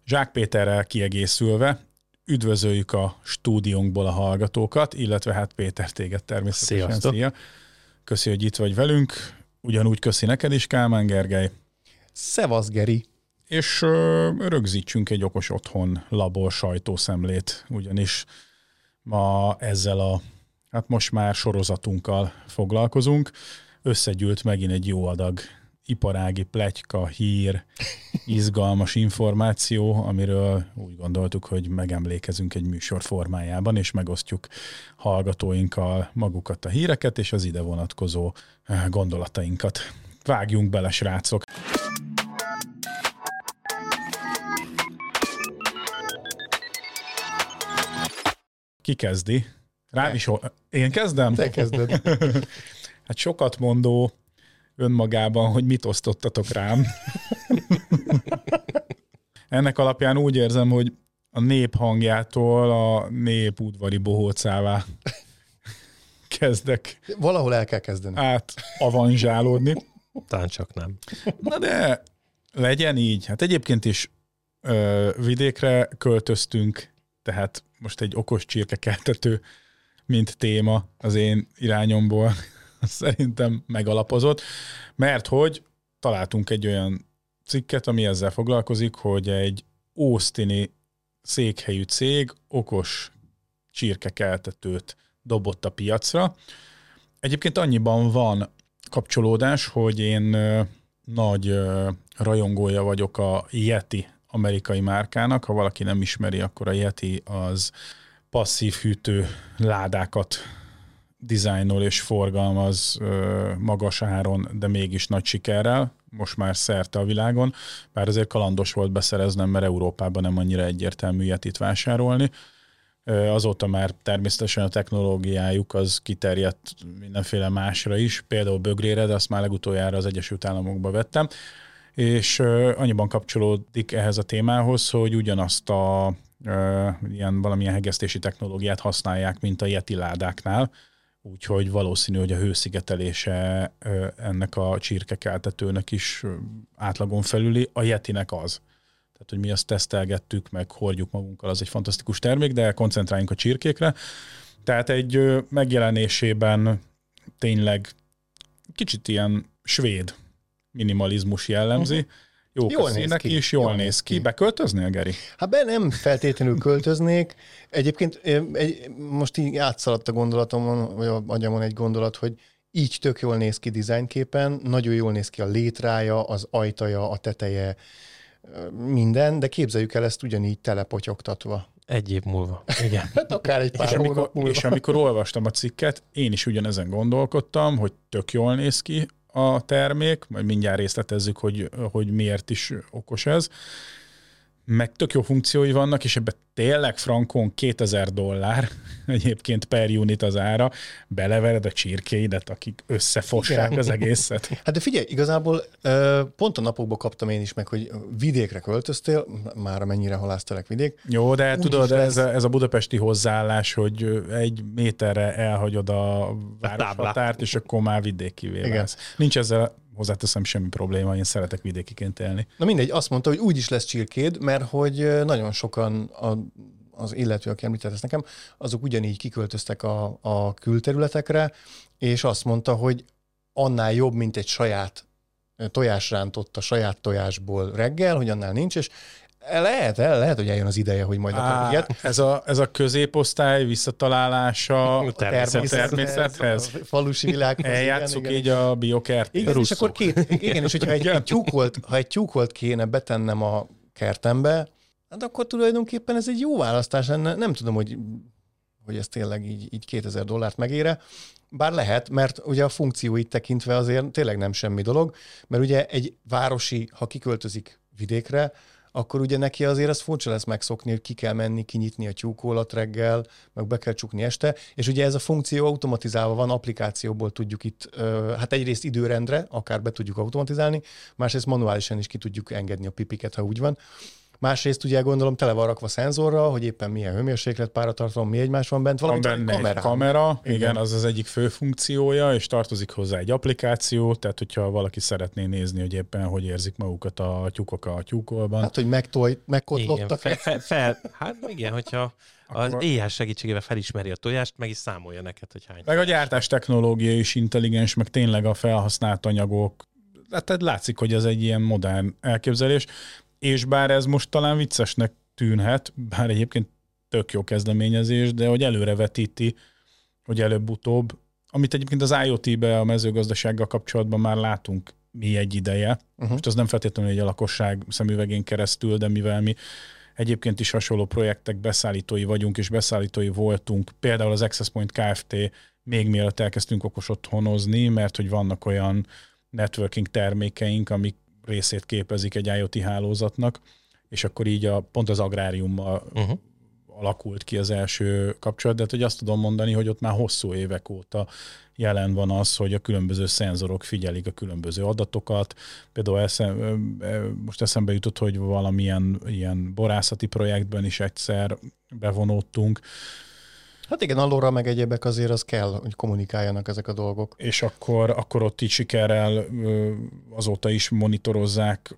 Zsák Péterrel kiegészülve üdvözöljük a stúdiónkból a hallgatókat, illetve hát Péter, téged természetesen. Sziasztok. Szia! Köszi, hogy itt vagy velünk. Ugyanúgy köszi neked is, Kálmán Gergely. Szevasz, Geri! És rögzítsünk egy okos otthon labor sajtószemlét, ugyanis ma ezzel a, hát most már sorozatunkkal foglalkozunk. Összegyűlt megint egy jó adag iparági pletyka, hír, izgalmas információ, amiről úgy gondoltuk, hogy megemlékezünk egy műsor formájában, és megosztjuk hallgatóinkkal magukat a híreket, és az ide vonatkozó gondolatainkat. Vágjunk bele, srácok! Ki kezdi? Rám is... Én kezdem? Te kezded. Hát sokat mondó önmagában, hogy mit osztottatok rám. Ennek alapján úgy érzem, hogy a nép hangjától a nép udvari bohócává kezdek. Valahol el kell kezdeni. Avanzsálódni. Talán csak nem. Na de legyen így. Hát egyébként is vidékre költöztünk, tehát most egy okos csirkekeltető, mint téma az én irányomból szerintem megalapozott, mert hogy találtunk egy olyan cikket, ami ezzel foglalkozik, hogy egy austini székhelyű cég okos csirkekeltetőt dobott a piacra. Egyébként annyiban van kapcsolódás, hogy én nagy rajongója vagyok a Yeti amerikai márkának. Ha valaki nem ismeri, akkor a Yeti az passzív hűtő ládákat dizájnol és forgalmaz magas áron, de mégis nagy sikerrel, most már szerte a világon, bár azért kalandos volt beszereznem, mert Európában nem annyira egyértelmű Yetit vásárolni. Azóta már természetesen a technológiájuk az kiterjedt mindenféle másra is, például bögrére, de azt már legutoljára az Egyesült Államokba vettem, és annyiban kapcsolódik ehhez a témához, hogy ugyanazt a valamilyen hegesztési technológiát használják, mint a Yeti ládáknál, úgyhogy valószínű, hogy a hőszigetelése ennek a csirkekeltetőnek is átlagon felüli, a Yetinek az. Tehát, hogy mi azt tesztelgettük, meg hordjuk magunkkal, az egy fantasztikus termék, de koncentráljunk a csirkékre. Tehát egy megjelenésében tényleg kicsit ilyen svéd minimalizmus jellemzi. Jók a színek is, jól néz ki. Beköltöznél, Geri? Hát be nem feltétlenül költöznék. Egyébként most így átszaladt a gondolatomon, vagy agyamon egy gondolat, hogy így tök jól néz ki dizájnképpen, nagyon jól néz ki a létrája, az ajtaja, a teteje, minden, de képzeljük el ezt ugyanígy telepotyogtatva. Egy év múlva. Igen. Hát akár egy pár hónap múlva. És amikor olvastam a cikket, én is ugyanezen gondolkodtam, hogy tök jól néz ki a termék, majd mindjárt részletezzük, hogy miért is okos ez. Meg tök jó funkciói vannak, és ebben tényleg frankon $2000 egyébként per unit az ára, belevered a csirkéidet, akik összefossák az egészet. Hát de figyelj, igazából pont a napokban kaptam én is meg, hogy vidékre költöztél, már amennyire halásztelek vidék. Jó, de tudod, ez a budapesti hozzáállás, hogy 1 méterre elhagyod a városhatárt, és akkor már vidékivé válsz. Nincs ezzel, hozzáteszem, semmi probléma, én szeretek vidékiként élni. Na mindegy, azt mondta, hogy úgy is lesz csirkéd, mert hogy nagyon sokan az illető, aki említett ezt nekem, azok ugyanígy kiköltöztek a külterületekre, és azt mondta, hogy annál jobb, mint egy saját tojásrántott a saját tojásból reggel, hogy annál nincs, és lehet, hogy eljön az ideje, hogy majd akarok ilyet. Ez a középosztály visszatalálása a természethez. A falusi világhoz. Eljátszuk így a biokert. Igen, és akkor és hogyha egy tyúkolt kéne betennem a kertembe, hát akkor tulajdonképpen ez egy jó választás lenne. Nem tudom, hogy ez tényleg így $2000 megére. Bár lehet, mert ugye a funkcióit tekintve azért tényleg nem semmi dolog, mert ugye egy városi, ha kiköltözik vidékre, akkor ugye neki azért az furcsa lesz megszokni, hogy ki kell menni, kinyitni a tyúkólat reggel, meg be kell csukni este, és ugye ez a funkció automatizálva van, applikációból tudjuk itt, hát egyrészt időrendre, akár be tudjuk automatizálni, másrészt manuálisan is ki tudjuk engedni a pipiket, ha úgy van. Másrészt ugye gondolom tele van rakva szenzorral, hogy éppen milyen hőmérséklet, páratartalom, mi egymás van bent, Van benne egy kamera, igen, az az egyik fő funkciója, és tartozik hozzá egy applikáció, tehát hogyha valaki szeretné nézni, hogy éppen hogy érzik magukat a tyúkok a tyúkolban. Hát, hogy megkotlottak. Hát igen, hogyha az AI segítségével felismeri a tojást, meg is számolja neked, hogy hány. Meg a gyártás technológia is intelligens, meg tényleg a felhasznált anyagok. Tehát látszik, hogy ez egy ilyen modern elképzelés, és bár ez most talán viccesnek tűnhet, bár egyébként tök jó kezdeményezés, de hogy előrevetíti, hogy előbb-utóbb, amit egyébként az IoT-be, a mezőgazdasággal kapcsolatban már látunk mi egy ideje. Most az nem feltétlenül egy a lakosság szemüvegén keresztül, de mivel mi egyébként is hasonló projektek beszállítói vagyunk, és beszállítói voltunk, például az Access Point Kft. Még mielőtt elkezdtünk okos otthonozni, mert hogy vannak olyan networking termékeink, amik részét képezik egy IoT hálózatnak, és akkor így pont az agráriummal alakult ki az első kapcsolat, de hogy azt tudom mondani, hogy ott már hosszú évek óta jelen van az, hogy a különböző szenzorok figyelik a különböző adatokat. Például most eszembe jutott, hogy valamilyen ilyen borászati projektben is egyszer bevonódtunk. Hát igen, alulra meg egyébek azért az kell, hogy kommunikáljanak ezek a dolgok. És akkor ott így sikerrel azóta is monitorozzák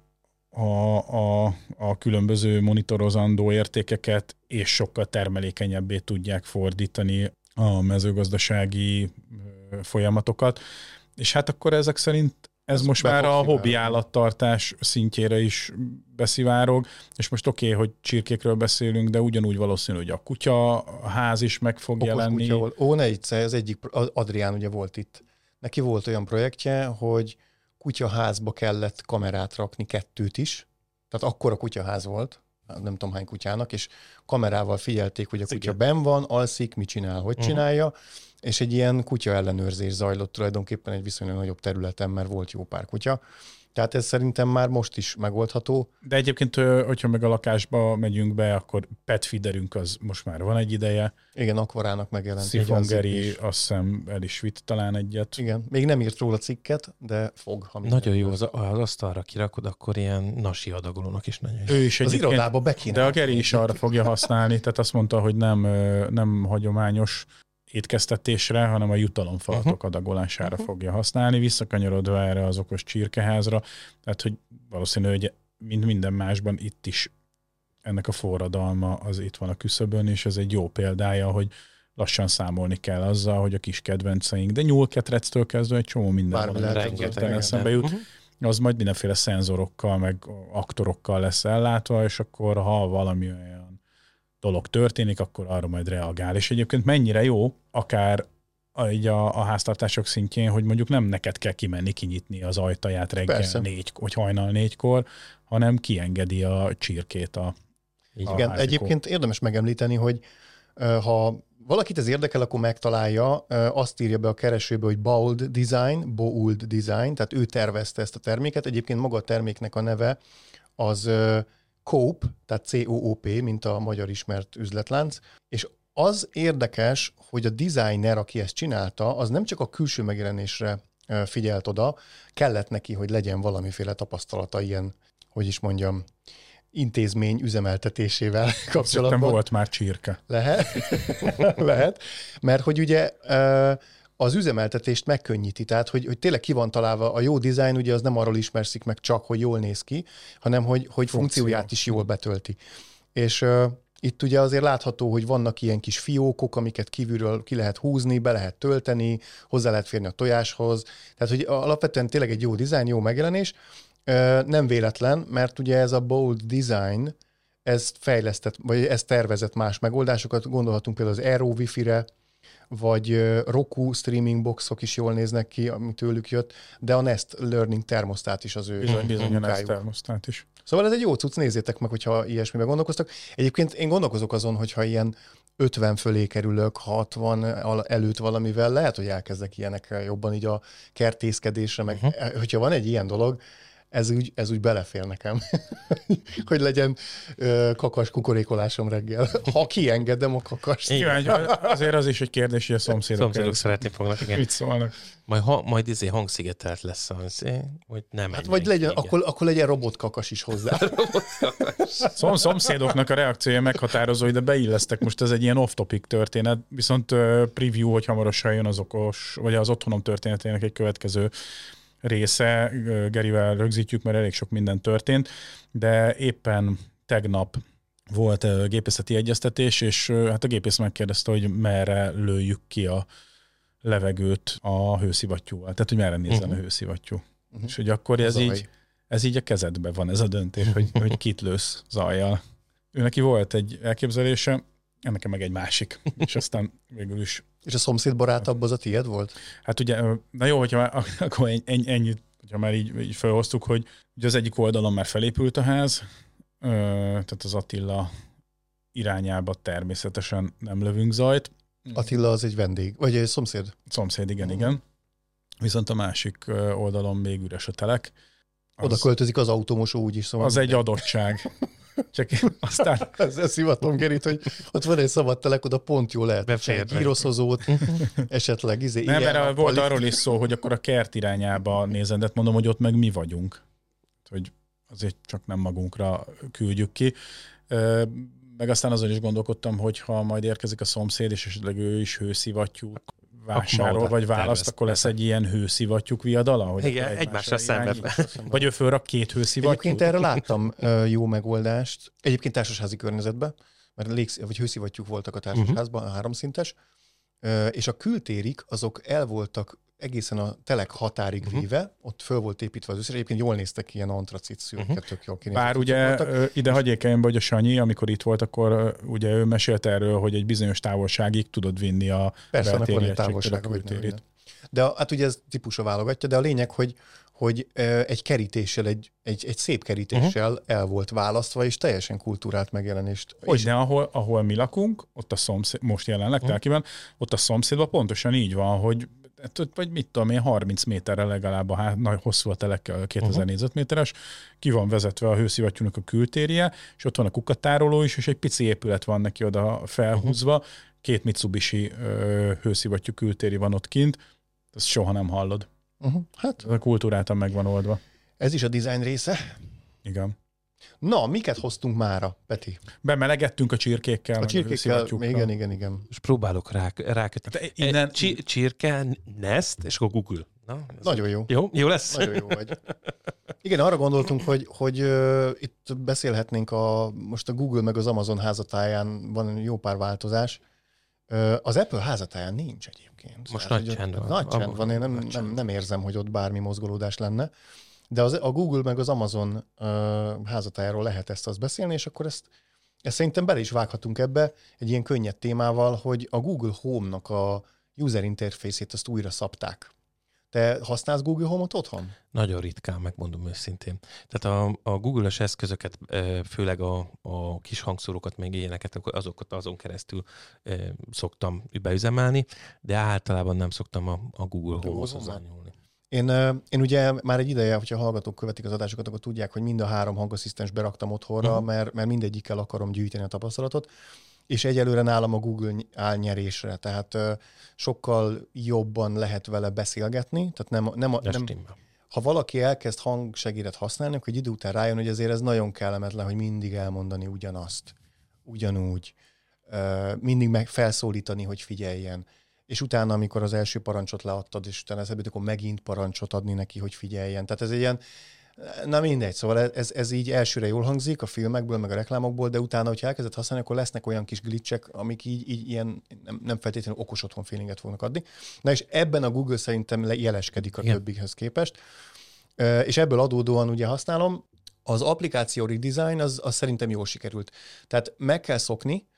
a különböző monitorozandó értékeket, és sokkal termelékenyebbé tudják fordítani a mezőgazdasági folyamatokat. És hát akkor ezek szerint ez most már a hobbi állattartás szintjére is beszivárog, és most oké, hogy csirkékről beszélünk, de ugyanúgy valószínű, hogy a kutyaház is meg fog jelenni. Ne egyszer, az egyik, Adrián ugye volt itt. Neki volt olyan projektje, hogy kutyaházba kellett kamerát rakni, 2 is, tehát akkora kutyaház volt, nem tudom hány kutyának, és kamerával figyelték, hogy a kutya benn van, alszik, mit csinál, hogy csinálja, és egy ilyen kutya ellenőrzés zajlott tulajdonképpen egy viszonylag nagyobb területen, mert volt jó pár kutya. Tehát ez szerintem már most is megoldható. De egyébként, hogyha meg a lakásba megyünk be, akkor pet feederünk az most már van egy ideje. Igen, Akvarának megjelent. Szifongeri azt hiszem el is vitt talán egyet. Igen, még nem írt róla cikket, de fog. Nagyon jó, az asztalra kirakod, akkor ilyen nasi adagolónak is nagyon jó. Ő is az irodába be kéne. De a Geri is arra fogja használni, tehát azt mondta, hogy nem hagyományos étkeztetésre, hanem a jutalomfalatok adagolására fogja használni, visszakanyarodva erre az okos csirkeházra. Tehát, hogy valószínű, hogy mint minden másban itt is ennek a forradalma az itt van a küszöbön, és ez egy jó példája, hogy lassan számolni kell azzal, hogy a kis kedvenceink, de nyúlketrectől kezdve egy csomó minden eszembe jut. Az majd mindenféle szenzorokkal, meg aktorokkal lesz ellátva, és akkor ha valami olyan dolog történik, akkor arra majd reagál. És egyébként mennyire jó, akár a háztartások szintjén, hogy mondjuk nem neked kell kimenni, kinyitni az ajtaját reggel 4, vagy hajnal 4-kor, hanem kiengedi a csirkét a igen, egyébként érdemes megemlíteni, hogy ha valakit ez érdekel, akkor megtalálja, azt írja be a keresőbe, hogy Bould Design, tehát ő tervezte ezt a terméket. Egyébként maga a terméknek a neve az Coop, tehát COOP, mint a magyar ismert üzletlánc, és az érdekes, hogy a designer, aki ezt csinálta, az nem csak a külső megjelenésre figyelt oda, kellett neki, hogy legyen valamiféle tapasztalata ilyen, hogy is mondjam, intézmény üzemeltetésével kapcsolatban. Szerintem volt már csirke. Lehet, mert hogy ugye az üzemeltetést megkönnyíti, tehát hogy tényleg ki van találva a jó dizájn, ugye az nem arról ismerszik meg csak, hogy jól néz ki, hanem hogy funkcióját is jól betölti. És itt ugye azért látható, hogy vannak ilyen kis fiókok, amiket kívülről ki lehet húzni, be lehet tölteni, hozzá lehet férni a tojáshoz, tehát hogy alapvetően tényleg egy jó dizájn, jó megjelenés. Nem véletlen, mert ugye ez a Bould Design, ez fejlesztett, vagy ez tervezett más megoldásokat, gondolhatunk például az Aero Wi-Fi-re, vagy Roku streaming boxok is jól néznek ki, ami tőlük jött, de a Nest Learning termosztát is az ő bizony a Nest termosztát is. Szóval ez egy jó cucc, nézzétek meg, hogyha ilyesmiben gondolkoztak. Egyébként én gondolkozok azon, hogyha ilyen 50 fölé kerülök, 60 előtt valamivel, lehet, hogy elkezdek ilyenekkel jobban így a kertészkedésre, meg hogyha van egy ilyen dolog, ez úgy belefér nekem, hogy legyen kakas kukorékolásom reggel. Ha kiengedem a kakast. Azért az is egy kérdés, hogy a szomszédok szeretni fognak, igen. Mit szólnak. Majd hangszigetelt lesz az, hogy nem hát vagy legyen, akkor legyen robotkakas is hozzá. Szomszédoknak a reakciója meghatározó, de beillesztek. Most ez egy ilyen off-topic történet, viszont preview, hogy hamarosan jön az vagy az otthonom történetének egy következő része. Gerivel rögzítjük, mert elég sok minden történt, de éppen tegnap volt gépészeti egyeztetés, és hát a gépész megkérdezte, hogy merre lőjük ki a levegőt a hőszivattyúval. Tehát, hogy merre nézzen a hőszivattyú. És hogy akkor ez így a kezedben van, ez a döntés, hogy kit lősz zajjal. Ő neki volt egy elképzelése, nekem meg egy másik, és aztán végül is. És a szomszéd barátabb az a tiéd volt? Hát ugye, na jó, akkor ennyit, hogyha már így felhoztuk, hogy ugye az egyik oldalon már felépült a ház, tehát az Attila irányába természetesen nem lövünk zajt. Attila az egy vendég, vagy egy szomszéd? Szomszéd, igen. Viszont a másik oldalon még üres a telek. Oda költözik az automosó úgyis. Szóval az egy adottság. Csak aztán... Ezzel szivatom Gerit, hogy ott van egy szabad telek, oda pont jó lehet. Gyroszozót, esetleg. Nem, mert volt arról is szó, hogy akkor a kert irányába nézem, de mondom, hogy ott meg mi vagyunk. Hogy azért csak nem magunkra küldjük ki. Meg aztán azon is gondolkodtam, hogy ha majd érkezik a szomszéd, és esetleg ő is hőszivattyú vásárol, vagy választ, akkor lesz egy ilyen hőszivattyúk viadala? Hogy igen, egymásra szemben. Vagy ő fölrak 2 hőszivattyút? Egyébként erre láttam jó megoldást. Egyébként társasházi környezetben, mert vagy hőszivattyúk voltak a társasházban, a 3-szintes, és a kültérik azok el voltak egészen a telek határig víve, ott föl volt építve az összes, egyébként jól néztek ilyen antracit szürke, tök jól kinéztek. Bár ugye ide hagyjék el, hogy a Sanyi, amikor itt volt, akkor ugye ő mesélt erről, hogy egy bizonyos távolságig tudod vinni a beltéri egységtől a kültérit. De hát ugye ez típusra válogatja, de a lényeg, hogy egy kerítéssel, egy szép kerítéssel el volt választva, és teljesen kultúrált megjelenést. De ahol mi lakunk, ott a szomszéd, most jelenleg Telkiben, ott a szomszédban pontosan így van, hogy vagy mit tudom én, 30 méterre legalább nagy hosszú a telek, 2000 négyzetméteres, ki van vezetve a hőszivattyúnak a kültérje, és ott van a kukatároló is, és egy pici épület van neki oda felhúzva, 2 Mitsubishi hőszivattyú kültéri van ott kint, ezt soha nem hallod. Hát. Ez a kultúráltan meg van oldva. Ez is a design része. Igen. Na, miket hoztunk mára, Peti? Bemelegettünk a csirkékkel. A csirkékkel, igen. És próbálok rákötni. Innen... Csirke, Nest, és akkor Google. Na, nagyon jó. Jó lesz? Nagyon jó vagy. Igen, arra gondoltunk, hogy itt beszélhetnénk most a Google meg az Amazon házatáján van jó pár változás. Az Apple házatáján nincs egyébként. Most nagy csend van. Nagy csend van, én nem érzem, hogy ott bármi mozgolódás lenne. De a Google meg az Amazon házatájáról lehet azt beszélni, és akkor ezt szerintem bele is vághatunk ebbe egy ilyen könnyed témával, hogy a Google Home-nak a user interface-ét azt újra szabták. Te használsz Google Home-ot otthon? Nagyon ritkán, megmondom őszintén. Tehát a Google-es eszközöket, főleg a kis hangszórókat, még ilyeneket, azokat azon keresztül szoktam beüzemelni, de általában nem szoktam a Google Home-hoz hozzányúlni. Én ugye már egy ideje, hogyha hallgatók követik az adásokat, akkor tudják, hogy mind a 3 hangasszisztens beraktam otthonra, mert mindegyikkel akarom gyűjteni a tapasztalatot, és egyelőre nálam a Google áll nyerésre, tehát sokkal jobban lehet vele beszélgetni, tehát nem ha valaki elkezd hangsegédet használni, akkor egy idő után rájön, hogy azért ez nagyon kellemetlen, hogy mindig elmondani ugyanazt, ugyanúgy, mindig felszólítani, hogy figyeljen. És utána, amikor az első parancsot leadtad, és utána akkor megint parancsot adni neki, hogy figyeljen. Tehát ez egy ilyen, na mindegy, szóval ez így elsőre jól hangzik a filmekből, meg a reklámokból, de utána, hogyha elkezded használni, akkor lesznek olyan kis glitchek, amik így ilyen nem feltétlenül okos otthon feelinget fognak adni. Na és ebben a Google szerintem jeleskedik a többihez képest. És ebből adódóan ugye használom. Az applikáció redesign az szerintem jól sikerült. Tehát meg kell szokni,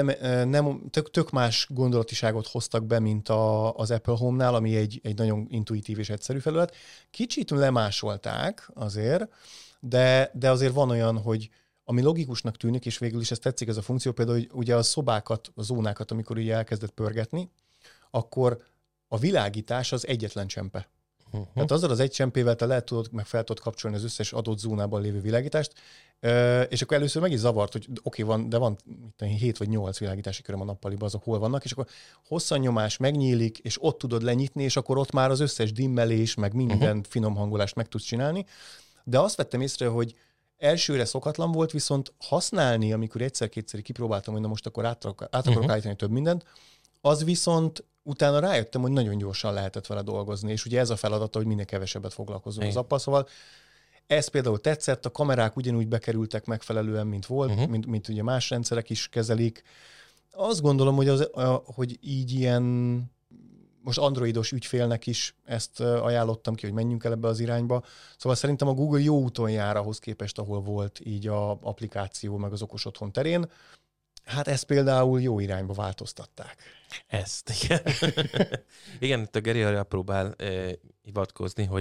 tök más gondolatiságot hoztak be, mint az Apple Home-nál, ami egy nagyon intuitív és egyszerű felület. Kicsit lemásolták azért, de azért van olyan, hogy ami logikusnak tűnik, és végül is ezt tetszik ez a funkció, például hogy ugye a szobákat, a zónákat, amikor ugye elkezdett pörgetni, akkor a világítás az egyetlen csempe. Tehát azzal az egy csempével te lehet tudod, meg fel tudod kapcsolni az összes adott zónában lévő világítást, és akkor először meg is zavart, hogy oké, van 7 vagy 8 világítási köröm a nappaliban, azok hol vannak, és akkor hosszan nyomás megnyílik, és ott tudod lenyitni, és akkor ott már az összes dimmelés, meg minden finom hangolást meg tudsz csinálni. De azt vettem észre, hogy elsőre szokatlan volt, viszont használni, amikor egyszer-kétszer kipróbáltam, hogy na most akkor át akarok állítani több mindent, az viszont utána rájöttem, hogy nagyon gyorsan lehetett vele dolgozni, és ugye ez a feladata, hogy minél kevesebbet foglalkozunk az appal, szóval ez például tetszett, a kamerák ugyanúgy bekerültek megfelelően, mint volt, mint ugye más rendszerek is kezelik. Azt gondolom, hogy, hogy így ilyen, most androidos ügyfélnek is ezt ajánlottam ki, hogy menjünk el ebbe az irányba. Szóval szerintem a Google jó úton jár ahhoz képest, ahol volt így a applikáció, meg az okos otthon terén. Hát ezt például jó irányba változtatták. Ezt, igen. Igen, itt a Geri arra próbál hivatkozni, hogy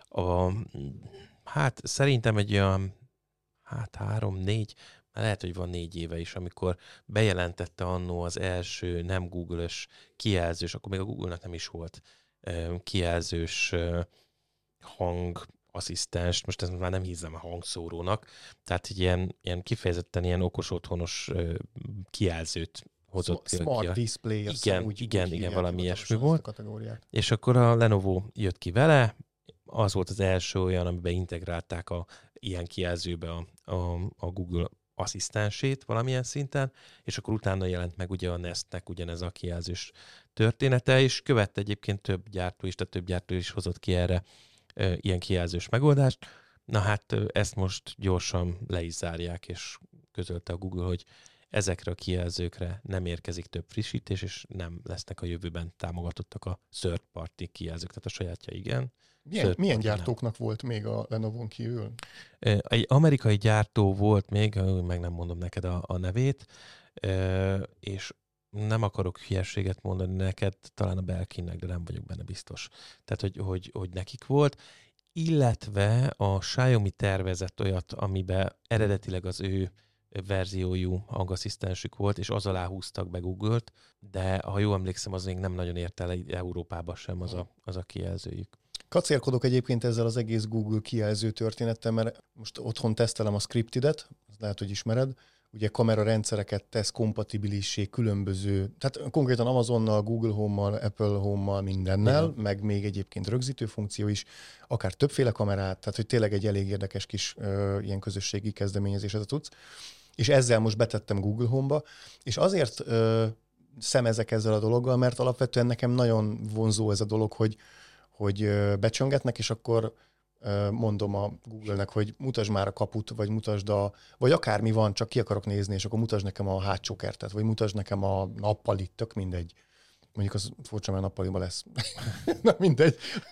hát szerintem egy olyan 3-4, lehet, hogy van 4 éve is, amikor bejelentette annó az első nem Google-ös kijelzős, akkor még a Google-nak nem is volt kijelzős hangasszisztens, most ezt már nem hiszem a hangszórónak, tehát ilyen kifejezetten ilyen okos otthonos kijelzőt hozott Smart ki. display. Igen, valami ilyesmi volt. És akkor a Lenovo jött ki vele, az volt az első olyan, amiben integrálták ilyen kijelzőbe a Google asszisztensét valamilyen szinten, és akkor utána jelent meg ugye a Nestnek ugyanez a kijelzős története, és követte egyébként több gyártó is hozott ki erre ilyen kijelzős megoldást. Na hát ezt most gyorsan le is zárják, és közölte a Google, hogy ezekre a kijelzőkre nem érkezik több frissítés, és nem lesznek a jövőben támogatottak a third party kijelzők, tehát a sajátja igen. Milyen gyártóknak volt még a Lenovo-n kívül? Egy amerikai gyártó volt még, meg nem mondom neked a nevét, és nem akarok hülyeséget mondani neked, talán a Belkinnek, de nem vagyok benne biztos. Tehát, hogy nekik volt, illetve a Xiaomi tervezett olyat, amiben eredetileg az ő verziójú hangasszisztensük volt, és az alá húztak be Google-t, de ha jól emlékszem, az még nem nagyon ért el Európába sem az a kijelzőjük. Kacérkodok egyébként ezzel az egész Google kijelző történettel, mert most otthon tesztelem a Scripted-et, lehet, hogy ismered, ugye kamerarendszereket tesz kompatibilissé különböző, tehát konkrétan Amazonnal, Google Home-mal, Apple Home-mal, mindennel, meg még egyébként rögzítő funkció is, akár többféle kamerát, tehát hogy tényleg egy elég érdekes kis ilyen közösségi kezdeményezés ez a tudsz. És ezzel most betettem Google Home-ba, és azért szemezek ezzel a dologgal, mert alapvetően nekem nagyon vonzó ez a dolog, hogy becsöngetnek, és akkor mondom a Google-nek, hogy mutasd már a kaput, vagy mutasd vagy akármi van, csak ki akarok nézni, és akkor mutasd nekem a hátsó kertet, vagy mutasd nekem a nappalit, tök mindegy. Mondjuk az furcsa, mert a nappaliban lesz. Na mindegy.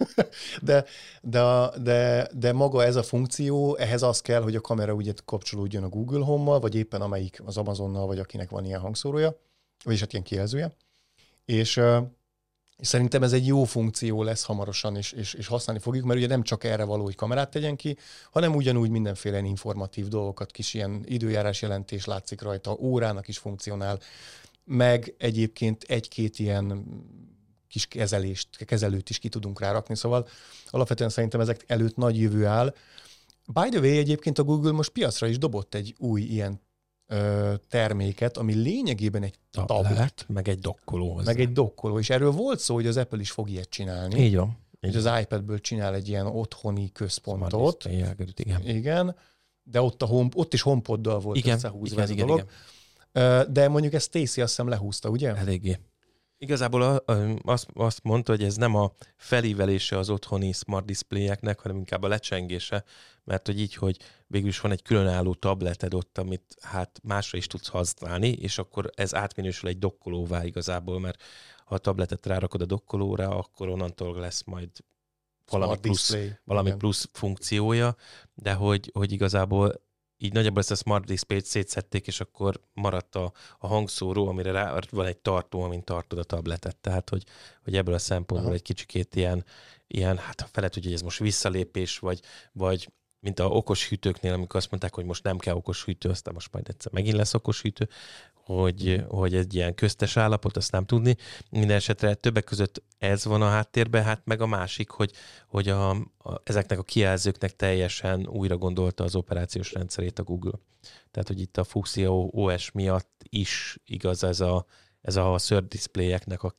De maga ez a funkció, ehhez az kell, hogy a kamera ugye kapcsolódjon a Google Home-mal, vagy éppen amelyik az Amazonnal, vagy akinek van ilyen hangszórója, vagyis hát ilyen kijelzője. És szerintem ez egy jó funkció lesz hamarosan, és használni fogjuk, mert ugye nem csak erre való, hogy kamerát tegyen ki, hanem ugyanúgy mindenféle informatív dolgokat, kis ilyen időjárás jelentés látszik rajta, órának is funkcionál, meg egyébként egy-két ilyen kis kezelőt is ki tudunk rárakni, szóval alapvetően szerintem ezek előtt nagy jövő áll. By the way, egyébként a Google most piacra is dobott egy új ilyen terméket, ami lényegében egy tablet. Meg egy dokkoló hozzá. Meg egy dokkoló, és erről volt szó, hogy az Apple is fog ilyet csinálni. Így van. És az iPadből csinál egy ilyen otthoni központot. Igen. De ott is HomePoddal volt összehúzva ez a dolog. Igen. De mondjuk ezt Stacy azt hiszem lehúzta, ugye? Eléggé. Igazából azt mondta, hogy ez nem a felívelése az otthoni smart displayeknek, hanem inkább a lecsengése, mert hogy így, hogy végül is van egy különálló tableted ott, amit hát másra is tudsz használni, és akkor ez átminősül egy dokkolóvá igazából, mert ha a tabletet rárakod a dokkolóra, akkor onnantól lesz majd valami plusz funkciója, de hogy igazából így nagyjából ezt a Smart Display-t szétszedték, és akkor maradt a hangszóró, amire rá van egy tartó, amin tartod a tabletet. Tehát, hogy ebből a szempontból egy kicsikét ilyen, hát fel lehet, hogy ez most visszalépés, vagy mint a okos hűtőknél, amikor azt mondták, hogy most nem kell okos hűtő, aztán most majd egyszer megint lesz okos hűtő, hogy egy ilyen köztes állapot, azt nem tudni. Minden esetre többek között ez van a háttérben, hát meg a másik, hogy ezeknek a kijelzőknek teljesen újra gondolta az operációs rendszerét a Google. Tehát, hogy itt a Fuchsia OS miatt is igaz ez a Third Display-eknek a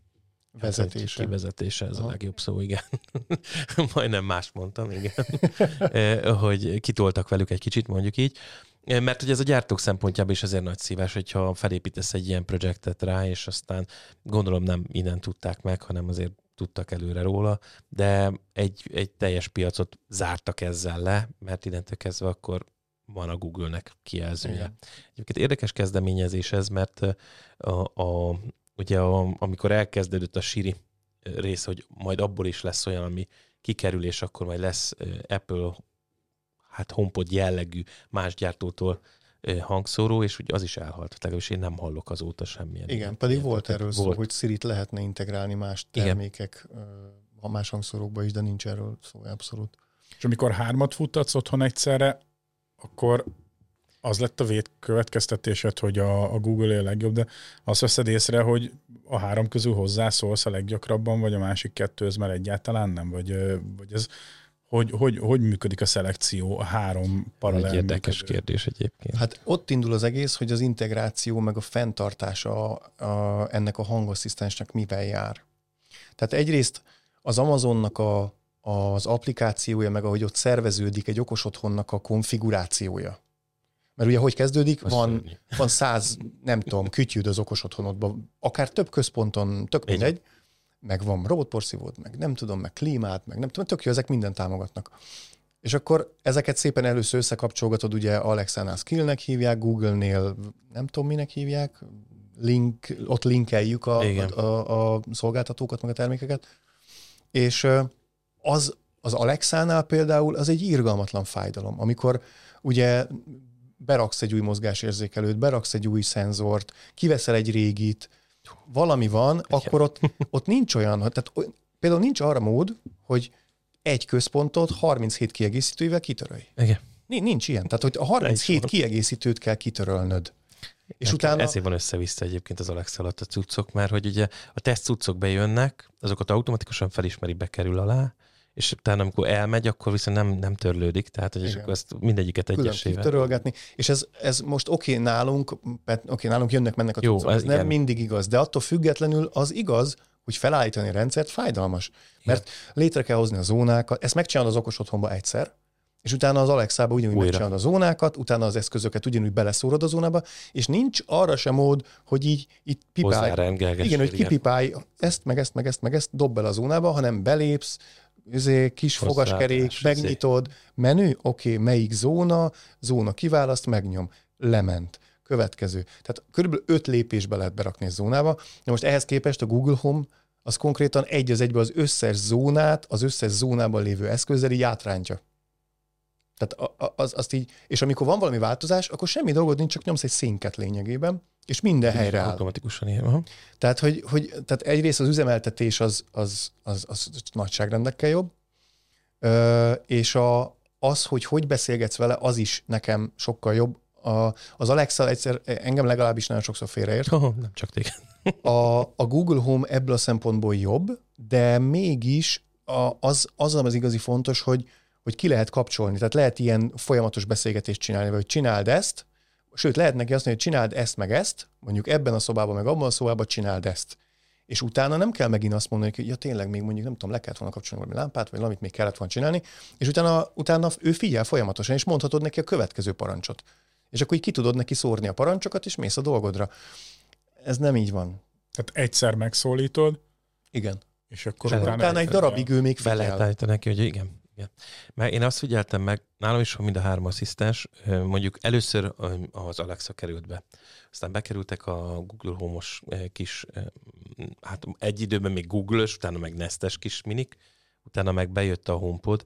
kivezetése, ez a legjobb szó, igen. Majdnem mást mondtam, igen. Hogy kitoltak velük egy kicsit, mondjuk így. Mert ugye ez a gyártók szempontjából is azért nagy szívás, hogyha felépítesz egy ilyen projektet rá, és aztán gondolom nem innen tudták meg, hanem azért tudtak előre róla, de egy teljes piacot zártak ezzel le, mert innentől kezdve akkor van a Google-nek kijelzője. Igen. Egyébként érdekes kezdeményezés ez, mert ugye amikor elkezdődött a Siri rész, hogy majd abból is lesz olyan, ami kikerül, és akkor majd lesz Apple HomePod jellegű más gyártótól hangszóró, és úgy az is elhalt. Legalábbis én nem hallok azóta semmilyen. Igen, pedig volt erről szó, hogy Sirit lehetne integrálni más termékek, más hangszórókba is, de nincs erről szó abszolút. És amikor 3 futtatsz otthon egyszerre, akkor az lett a végkövetkeztetésed, hogy a Google a legjobb, de azt veszed észre, hogy a 3 közül hozzászólsz a leggyakrabban, vagy a másik 2 ez már egyáltalán nem? Vagy ez hogy működik a szelekció a 3 paralel? Egy érdekes kérdés egyébként. Hát ott indul az egész, hogy az integráció meg a fenntartása ennek a hangasszisztensnek mivel jár. Tehát egyrészt az Amazonnak az applikációja, meg ahogy ott szerveződik egy okos otthonnak a konfigurációja. Mert ugye, hogy kezdődik, van 100, nem tudom, kütyűd az okos otthonodban, akár több központon, tök mindegy, meg van robotporszívód, meg nem tudom, meg klímát, meg nem tudom, tök jó, ezek mindent támogatnak. És akkor ezeket szépen először összekapcsolgatod, ugye Alexánál Skillnek hívják, Google-nél nem tudom, minek hívják, ott linkeljük a szolgáltatókat, meg a termékeket. És az Alexánál például az egy irgalmatlan fájdalom, amikor ugye beraksz egy új mozgásérzékelőt, beraksz egy új szenzort, kiveszel egy régit, valami van, akkor ott nincs olyan, tehát például nincs arra mód, hogy egy központot 37 kiegészítővel kitörölj. Igen. Nincs ilyen. Tehát, hogy a 37 kiegészítőt kell kitörölnöd. És utána... Ezért van össze-vissza egyébként az Alexa alatt a cuccok, mert hogy ugye a teszt cuccok bejönnek, azokat automatikusan felismeri, bekerül alá, és utána, amikor elmegy, akkor viszont nem törlődik, tehát hogy akkor ezt mindegyiket egyesével. Törölgetni. És ez most nálunk jönnek-mennek a cuccok. Ez nem mindig igaz, de attól függetlenül az igaz, hogy felállítani a rendszert fájdalmas. Mert létre kell hozni a zónákat, ezt megcsinálod az okos otthonba egyszer, és utána az Alexába ugyanúgy megcsinálod a zónákat, utána az eszközöket ugyanúgy beleszórod a zónába, és nincs arra sem mód, hogy így pipálj. Igen, hogy kipipálj ezt, meg ezt, dob bele a zónába, hanem belépsz, kis fogaskerék, megnyitod, menü, melyik zóna kiválaszt, megnyom, lement. Következő. Tehát körülbelül 5 lépésbe lehet berakni a zónába. De most ehhez képest a Google Home az konkrétan egy az egyben az összes zónát, az összes zónában lévő eszközzel így átrántja. Tehát azt így, és amikor van valami változás, akkor semmi dolgod nincs, csak nyomsz egy színket lényegében, és minden helyre áll. Automatikusan írva. Tehát, tehát egyrészt az üzemeltetés az nagyságrendekkel jobb, és az, hogy beszélgetsz vele, az is nekem sokkal jobb. Az Alexa egyszer engem legalábbis nagyon sokszor félreért. Nem csak téged. A Google Home ebből a szempontból jobb, de mégis az igazi fontos, hogy ki lehet kapcsolni. Tehát lehet ilyen folyamatos beszélgetést csinálni, vagy csináld ezt, sőt, lehet neki azt mondani, hogy csináld ezt, meg ezt, mondjuk ebben a szobában, meg abban a szobában csináld ezt. És utána nem kell megint azt mondani, hogy ja, tényleg még mondjuk nem tudom, le kellett volna kapcsolni valami lámpát, vagy valamit még kellett volna csinálni, és utána ő figyel folyamatosan, és mondhatod neki a következő parancsot. És akkor így ki tudod neki szórni a parancsokat, és mész a dolgodra. Ez nem így van. Tehát egyszer megszólítod. Igen. És akkor utána egy darabig ő még figyel. Be lehet állítani neki, hogy igen. Mert én azt figyeltem meg, nálam is van mind a 3 asszisztens, mondjuk először az Alexa került be. Aztán bekerültek a Google Home-os kis, hát egy időben még Google-ös, utána meg Nest-es kis minik, utána meg bejött a HomePod,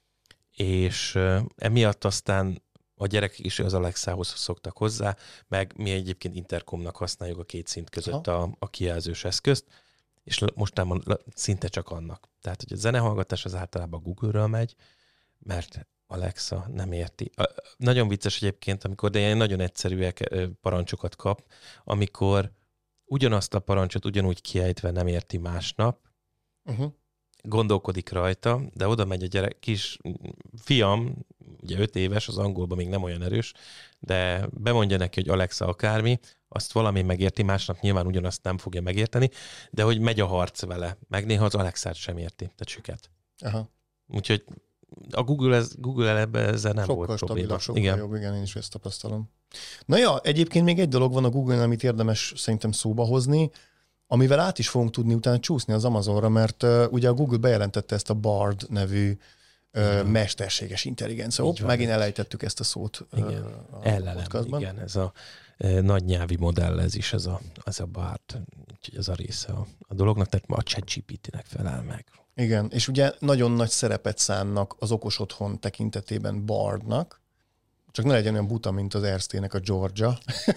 és emiatt aztán a gyerekek is az Alexához szoktak hozzá, meg mi egyébként interkomnak használjuk a 2 szint között a kijelzős eszközt, és mostában szinte csak annak. Tehát, hogy a zenehallgatás az általában Google-ről megy, mert Alexa nem érti. Nagyon vicces egyébként, amikor de ilyen nagyon egyszerűek parancsokat kap, amikor ugyanazt a parancsot ugyanúgy kiejtve nem érti másnap, gondolkodik rajta, de oda megy a gyerek, kis fiam, ugye 5 éves, az angolban még nem olyan erős, de bemondja neki, hogy Alexa akármi, azt valami megérti, másnap nyilván ugyanazt nem fogja megérteni, de hogy megy a harc vele. Meg néha az Alexát sem érti, tehát süket. Aha. Úgyhogy a Google ezzel nem sokkal volt probléma. Sokkal jobb, igen, én is ezt tapasztalom. Na ja, egyébként még egy dolog van a Google-nál, amit érdemes szerintem szóba hozni, amivel át is fogunk tudni utána csúszni az Amazonra, mert ugye a Google bejelentette ezt a Bard nevű mesterséges intelligencia. Megint elejtettük ezt a szót. Igen, LLM, igen, ez a nagy nyelvi modell, ez is ez a Bard, úgyhogy ez a része a dolognak, tehát ma a ChatGPT-nek felel meg. Igen, és ugye nagyon nagy szerepet szánnak az okos otthon tekintetében Bardnak, csak ne legyen olyan buta, mint az Ersztének a Georgia.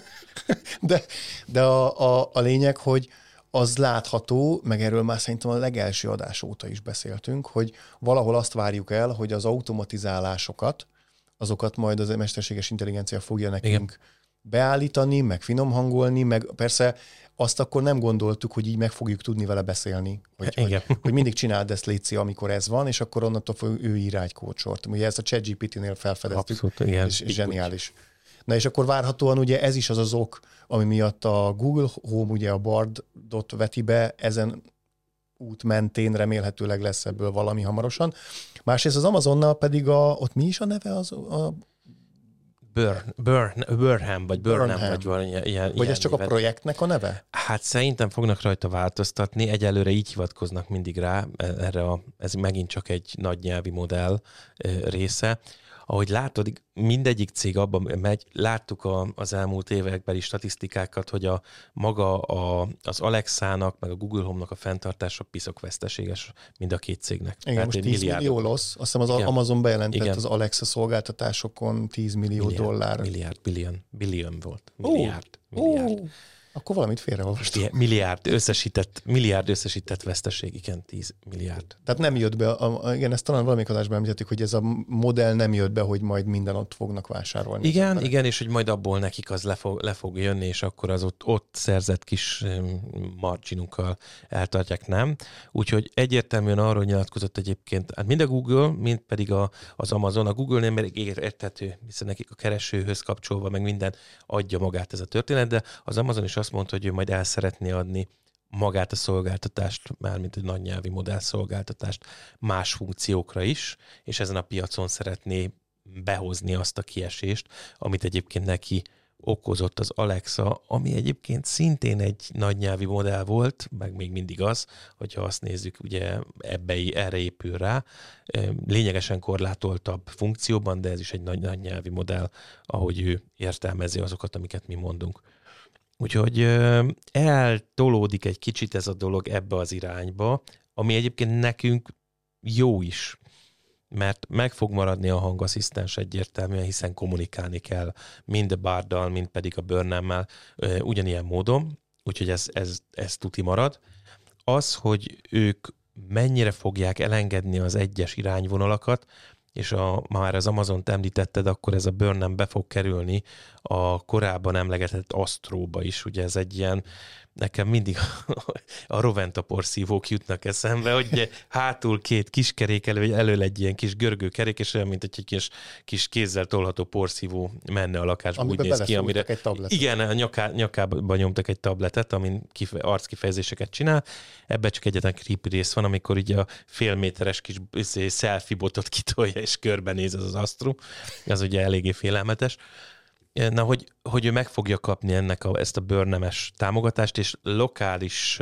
de a lényeg, hogy az látható, meg erről már szerintem a legelső adás óta is beszéltünk, hogy valahol azt várjuk el, hogy az automatizálásokat, azokat majd az mesterséges intelligencia fogja nekünk beállítani, meg finom hangolni, meg persze azt akkor nem gondoltuk, hogy így meg fogjuk tudni vele beszélni. Hogy mindig csináld ezt, létszi, amikor ez van, és akkor onnantól fog ő ír egy kódsort. Ugye ezt a ChatGPT-nél felfedeztük, abszolút, és zseniális. Na és akkor várhatóan ugye ez is az az ok, ami miatt a Google Home ugye a Bardot veti be, ezen út mentén remélhetőleg lesz ebből valami hamarosan. Másrészt az Amazonnal pedig ott mi is a neve? Burnham, vagy valami ilyen. Vagy ez csak a projektnek a neve? Hát szerintem fognak rajta változtatni. Egyelőre így hivatkoznak mindig rá. Ez megint csak egy nagy nyelvi modell része. Ahogy látod, mindegyik cég abban megy, láttuk az elmúlt évekbeli statisztikákat, hogy az Alexának, meg a Google Home-nak a fenntartása piszok veszteséges mind a két cégnek. Igen, tehát most 10 millió loss. Azt hiszem az Amazon bejelentett az Alexa szolgáltatásokon 10 millió dollár. Billion volt. Milliárd. Akkor valamit félreolvastam. Milliárd összesített veszteség, igen, 10 milliárd. Tehát nem jött be, igen, ezt talán valamelyik adásban említettük, hogy ez a modell nem jött be, hogy majd minden ott fognak vásárolni. Igen, és hogy majd abból nekik az le fog jönni, és akkor az ott szerzett kis marginukkal eltartják, nem? Úgyhogy egyértelműen arról nyilatkozott egyébként, hát mind a Google, mind pedig az Amazon. A Google-nél még érthető, hiszen nekik a keresőhöz kapcsolva, meg minden adja magát ez a történet, de az Amazon is azt mondta, hogy ő majd el szeretné adni magát a szolgáltatást, mármint egy nagy nyelvi modell szolgáltatást más funkciókra is, és ezen a piacon szeretné behozni azt a kiesést, amit egyébként neki okozott az Alexa, ami egyébként szintén egy nagy nyelvi modell volt, meg még mindig az, hogyha azt nézzük, ugye erre épül rá, lényegesen korlátoltabb funkcióban, de ez is egy nagy nyelvi modell, ahogy ő értelmezi azokat, amiket mi mondunk. Úgyhogy eltolódik egy kicsit ez a dolog ebbe az irányba, ami egyébként nekünk jó is, mert meg fog maradni a hangasszisztens egyértelműen, hiszen kommunikálni kell mind a Barddal, mind pedig a Burnhammel ugyanilyen módon, úgyhogy ez tuti marad. Az, hogy ők mennyire fogják elengedni az egyes irányvonalakat, és már az Amazont említetted, akkor ez a Burnham be fog kerülni a korábban emlegetett Astróba is. Ugye ez egy ilyen, nekem mindig a Roventa porszívók jutnak eszembe, hogy hátul 2 kis kerék, elől egy ilyen kis görgő kerék, és olyan, mint egy kis kézzel tolható porszívó menne a lakásba. Amiben úgy néz ki, amire egy tabletet. Igen, a nyakába nyomtak egy tabletet, amin arckifejezéseket csinál. Ebben csak egyetlen creepy rész van, amikor így a félméteres kis selfie botot kitolja, és körbenéz az Astro. Az ugye eléggé félelmetes. Na, hogy ő meg fogja kapni ezt a Burnham-es támogatást, és lokális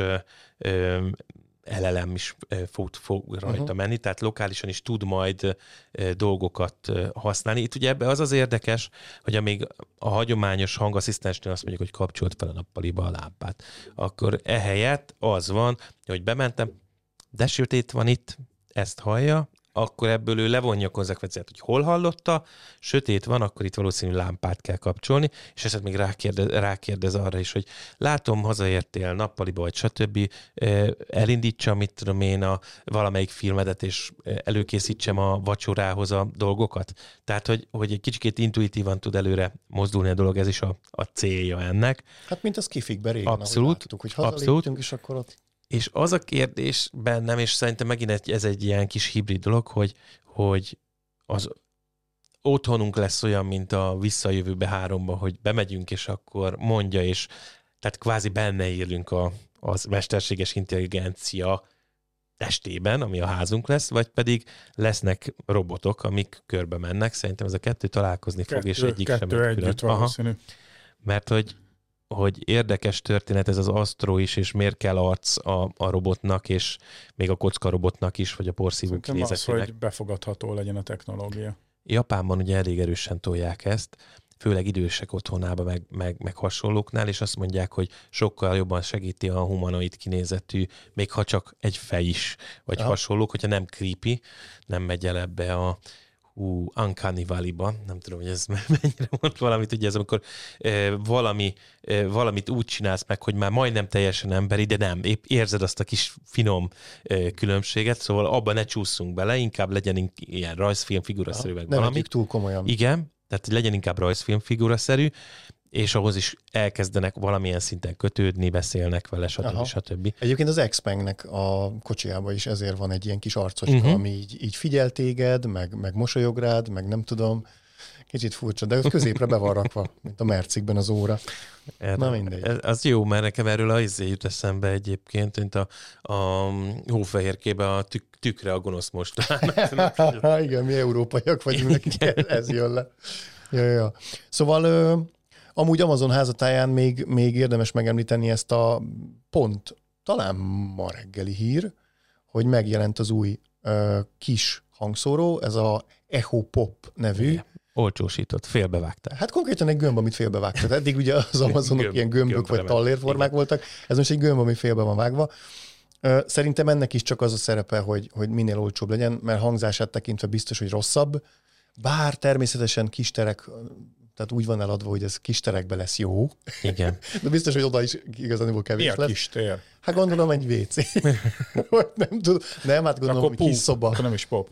LLM is fog rajta menni, tehát lokálisan is tud majd dolgokat használni. Itt ugye ebbe az érdekes, hogy amíg a hagyományos hangasszisztensnél azt mondjuk, hogy kapcsolt fel a nappaliba a lámpát, akkor ehelyett az van, hogy bementem, de sötét van itt, ezt hallja, akkor ebből ő levonja a konzekvenciát, hogy hol hallotta, sötét van, akkor itt valószínű lámpát kell kapcsolni, és ezt még rákérdez arra is, hogy látom, hazaértél nappaliba, vagy stb. Elindítsam, mit tudom én, valamelyik filmedet, és előkészítsem a vacsorához a dolgokat. Tehát, hogy egy kicsikét intuitívan tud előre mozdulni a dolog, ez is a célja ennek. Hát, mint a skifikben régen, abszolút, láttuk, hogy hazaléptünk, és akkor ott... És az a kérdés bennem, és szerintem megint ez egy ilyen kis hibrid dolog, hogy az otthonunk lesz olyan, mint a Visszajövőbe 3-ban, hogy bemegyünk, és akkor mondja, és tehát kvázi benne élünk az mesterséges intelligencia testében, ami a házunk lesz, vagy pedig lesznek robotok, amik körbe mennek. Szerintem ez a kettő találkozni fog, és egyik sem együtt valószínű. Mert hogy érdekes történet ez az Astro is, és miért kell arc a robotnak, és még a kocka robotnak is, vagy a porszívó kinézetének. Az, hogy befogadható legyen a technológia. Japánban ugye elég erősen tolják ezt, főleg idősek otthonában, meg hasonlóknál, és azt mondják, hogy sokkal jobban segíti a humanoid kinézetű, még ha csak egy fej is, vagy hasonlók, hogyha nem creepy, nem megy el ebbe a Uncanny Valley-ba, nem tudom, hogy ez mennyire mond valamit, ugye ez amikor valamit úgy csinálsz meg, hogy már majdnem teljesen emberi, de nem, épp érzed azt a kis finom különbséget, szóval abban ne csúszunk bele, inkább legyen ilyen rajzfilm figuraszerű, meg valami. Nem vegyük túl komolyan. Igen, tehát legyen inkább rajzfilm figuraszerű, és ahhoz is elkezdenek valamilyen szinten kötődni, beszélnek vele, stb. Egyébként az Xpengnek a kocsiában is ezért van egy ilyen kis arcocska, ami így figyel téged, meg mosolyog rád, meg nem tudom, kicsit furcsa, de középre be van rakva, mint a Mercikben az óra. Na mindegy. Az jó, mert nekem erről az jut eszembe egyébként, mint a Hófehérkében a tükre a gonosz mostán. Igen, mi európaiak vagyunk, nekik ez jön le. Ja. Szóval amúgy Amazon házatáján még érdemes megemlíteni ezt a talán ma reggeli hír, hogy megjelent az új kis hangszóró, ez a Echo Pop nevű. Igen. Olcsósított, félbevágták. Hát konkrétan egy gömb, amit félbevágtak. Eddig ugye az Amazonok ilyen gömbök vagy tallérformák voltak, ez most egy gömb, ami félbe van vágva. Szerintem ennek is csak az a szerepe, hogy minél olcsóbb legyen, mert hangzását tekintve biztos, hogy rosszabb. Bár természetesen kisterek, tehát úgy van eladva, hogy ez kisterekbe lesz jó. Igen. De biztos, hogy oda is igazából kevés lesz. Mi a kistér? Hát gondolom egy WC. Nem tudom. Nem, hát gondolom, hogy kis szoba. Akkor nem is pop.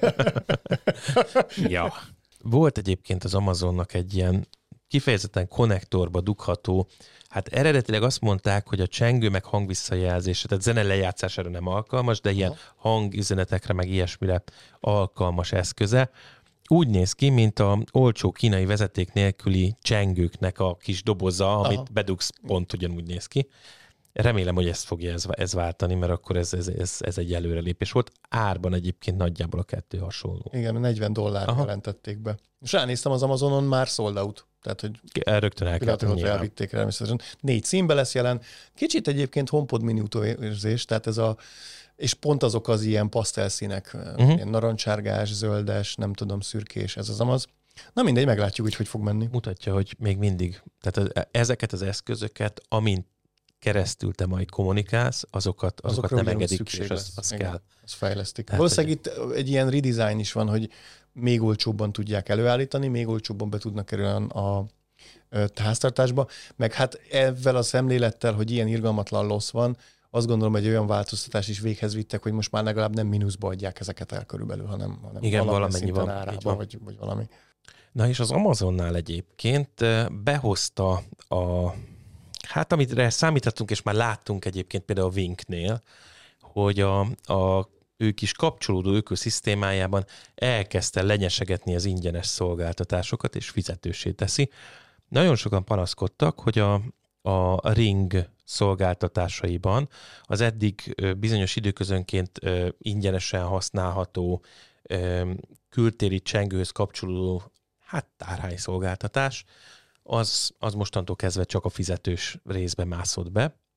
Ja. Volt egyébként az Amazonnak egy ilyen kifejezetten konnektorba dugható, hát eredetileg azt mondták, hogy a csengő meg hangvisszajelzése, tehát zene lejátszására nem alkalmas, de ilyen hangüzenetekre meg ilyesmire alkalmas eszköze. Úgy néz ki, mint a olcsó kínai vezeték nélküli csengőknek a kis doboza, amit bedugsz, pont ugyanúgy néz ki. Remélem, hogy ezt fogja ez váltani, mert akkor ez egy előrelépés volt. Árban egyébként nagyjából a kettő hasonló. Igen, $40 jelentették be. És ránéztem az Amazonon, már sold out. Tehát, hogy rögtön elvitték természetesen. 4 színbe lesz jelen. Kicsit egyébként HomePod mini utóérzés, tehát és pont azok az ilyen pasztelszínek, ilyen narancsárgás, zöldes, nem tudom, szürkés, ez az Amaz. Na mindegy, meglátjuk, hogy fog menni. Mutatja, hogy még mindig, tehát ezeket az eszközöket, amint keresztül te majd kommunikálsz, azokat nem engedik, és az kell. Azt fejlesztik. Valószínűleg itt egy ilyen redesign is van, hogy még olcsóbban tudják előállítani, még olcsóbban be tudnak kerülni a háztartásba, meg hát ezzel a szemlélettel, hogy ilyen irgalmatlan lossz van, azt gondolom, hogy olyan változtatás is véghez vittek, hogy most már legalább nem mínuszba adják ezeket el körülbelül, hanem igen, valamennyi van, árában, vagy valami. Na és az Amazonnál egyébként behozta hát amire számítottunk, és már láttunk egyébként például a Winknél, hogy a ő kis kapcsolódó ökoszisztémájában elkezdte lenyesegetni az ingyenes szolgáltatásokat, és fizetőssé teszi. Nagyon sokan panaszkodtak, hogy a Ring szolgáltatásaiban az eddig bizonyos időközönként ingyenesen használható kültéri csengőhöz kapcsolódó tárhány szolgáltatás, az mostantól kezdve csak a fizetős részbe mászott be.